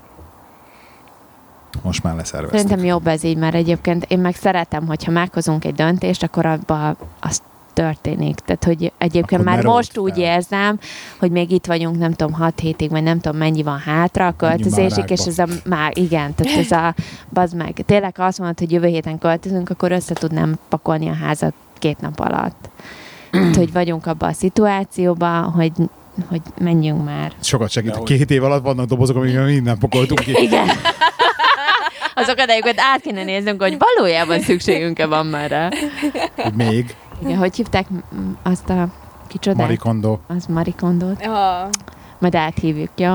Most már leszerveztük. Szerintem jobb ez így, mert egyébként én meg szeretem, hogyha meghozunk egy döntést, akkor abban az történik. Tehát, hogy egyébként Akkor már ne most rold úgy fel. érzem, hogy még itt vagyunk, nem tudom, hat hétig, vagy nem tudom, mennyi van hátra a költözésig, és ez a, már igen, tehát ez a, bazd meg, tényleg ha azt mondod, hogy jövő héten költözünk, akkor össze tudnám pakolni a házat két nap alatt. Tehát, hogy vagyunk abban a szituációban, hogy, hogy menjünk már. Sokat segít. Két év alatt vannak dobozok, amiket minden pakoltunk ki. Igen. Azokat egyébként át kéne néznünk, hogy valójában szükségünk-e van már rá. Hogy még. Igen, hogy hívták m- azt a kicsodát? Marie Kondo. Az Marie Kondót. Ja. Majd áthívjuk, jó?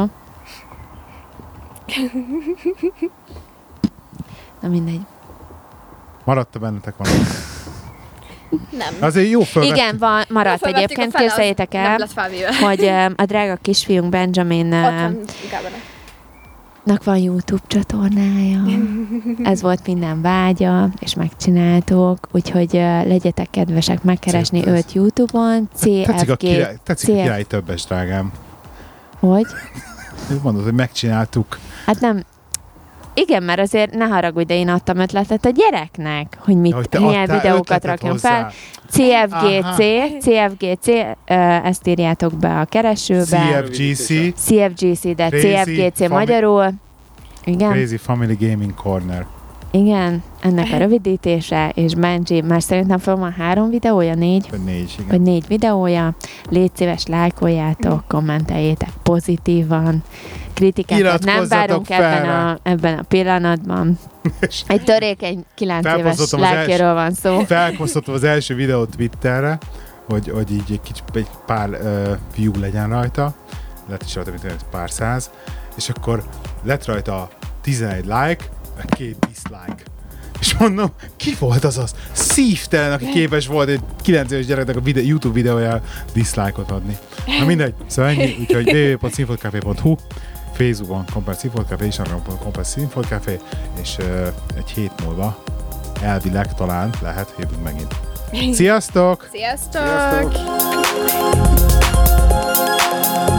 Na mindegy. Maradt-e bennetek valami? Nem. Azért jó fölvettük. Igen, van, maradt Felvettük egyébként, a fele, az képzeljétek Nem el, lett felvéve. hogy em, a drága kisfiunk Benjamin Ott em, van Gábornak. nak van YouTube csatornája. Ez volt minden vágya, és megcsináltuk, úgyhogy uh, legyetek kedvesek megkeresni Szép ez. őt YouTube-on. Tetszik a cé ef gé. király, tetszik a cé ef király többes, drágám. Hogy? Mondod, hogy megcsináltuk. Hát nem. Igen, mert azért ne haragudj, de én adtam ötletet a gyereknek, hogy mit, Hogy te milyen adtál videókat ötletet rakjon hozzá. fel. cé ef gé cé, Aha. cé ef gé cé, ö, ezt írjátok be a keresőbe. cé ef gé cé, cé ef gé cé, de Crazy cé ef gé cé Fami- magyarul. Igen, Crazy Family Gaming Corner. igen, ennek a rövidítése, és Benji, már szerintem fel van három videója, négy, Vagy négy, igen. vagy négy videója. Légy szíves, lájkoljátok, kommenteljétek pozitívan. Kritikákat nem Iratkozzatok várunk fel ebben rá. a, ebben a pillanatban. Egy törékeny kilenc éves Felposztoltam az lelkéről van szó. Felposztoltam az első videót Twitterre, hogy, hogy így egy, kicsit, egy pár uh, view legyen rajta. Lett is rajta, mint egy pár száz. És akkor lett rajta tizenegy like, meg két dislike. És mondom, ki volt az az szívtelen, aki képes volt egy kilenc éves gyereknek a videó, YouTube videójára dislike-ot adni. Na mindegy, szóval ennyi, úgyhogy double-u double-u double-u pont színfoltcafé pont hu, Facebookon Kompert Színfoltcafé, Instagramon Kompert Színfoltcafé, és uh, egy hét múlva elvileg talán lehet jövünk megint. Sziasztok! Sziasztok! Sziasztok!